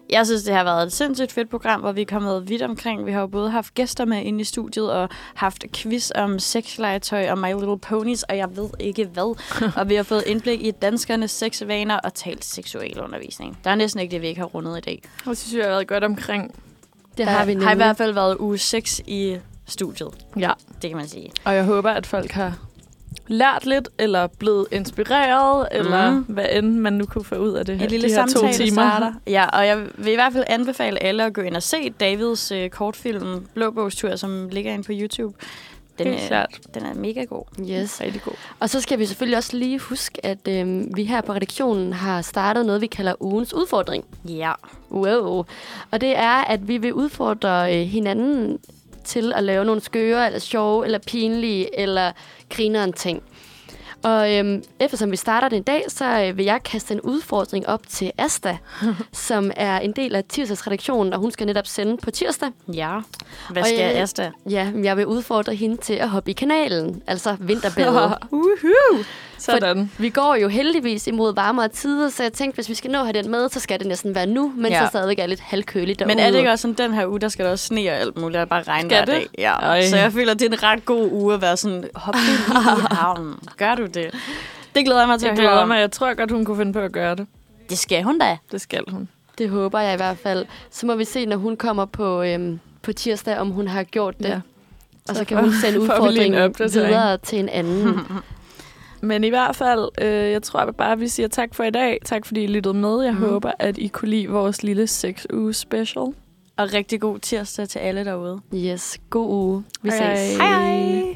Jeg synes, det har været et sindssygt fedt program, hvor vi er kommet vidt omkring. Vi har jo både haft gæster med inde i studiet og haft quiz om sexlegetøj og My Little Ponies, og jeg ved ikke hvad. Og vi har fået indblik i danskernes sexvaner og talt seksualundervisning. Der er næsten ikke det, vi ikke har rundet i dag. Jeg synes, vi har været godt omkring. Det har vi nemlig. Har i hvert fald været uge 6 i studiet. Ja. Det kan man sige. Og jeg håber, at folk har lært lidt, eller blevet inspireret, eller hvad end man nu kunne få ud af det her. En lille samtale starter. Ja, og jeg vil i hvert fald anbefale alle at gå ind og se Davids kortfilm Blåbogstur, som ligger inde på YouTube. Den er mega god. Yes. Rigtig god. Og så skal vi selvfølgelig også lige huske, at vi her på redaktionen har startet noget, vi kalder ugens udfordring. Ja. Wow. Og det er, at vi vil udfordre hinanden til at lave nogle skøre, eller sjove, eller pinlige, eller grineren ting. Og eftersom vi starter den i dag, så vil jeg kaste en udfordring op til Asta, som er en del af tirsdagsredaktionen, og hun skal netop sende på tirsdag. Ja. Hvad skal Asta? Ja, jeg vil udfordre hende til at hoppe i kanalen, altså vinterbade. Sådan. Vi går jo heldigvis imod varmere tider, så jeg tænkte, hvis vi skal nå at have den med, så skal det næsten være nu, men så stadigvæk er lidt halvkøligt derude. Men er det ikke også sådan, den her uge, der skal der også sne og alt muligt, og bare regne hver dag? Ja. Så jeg føler, at det er en ret god uge at være sådan, hoppe i havnen. Gør du det? Det glæder jeg mig til at høre. Jeg tror godt, hun kunne finde på at gøre det. Det skal hun da. Det skal hun. Det håber jeg i hvert fald. Så må vi se, når hun kommer på tirsdag, om hun har gjort det. Ja. Og så kan hun sende udfordringen videre til en anden. Men i hvert fald, jeg tror bare, at vi siger tak for i dag. Tak fordi I lyttede med. Jeg håber, at I kunne lide vores lille 6-uge special. Og rigtig god tirsdag til alle derude. Yes, god uge. Vi ses. Hej hej.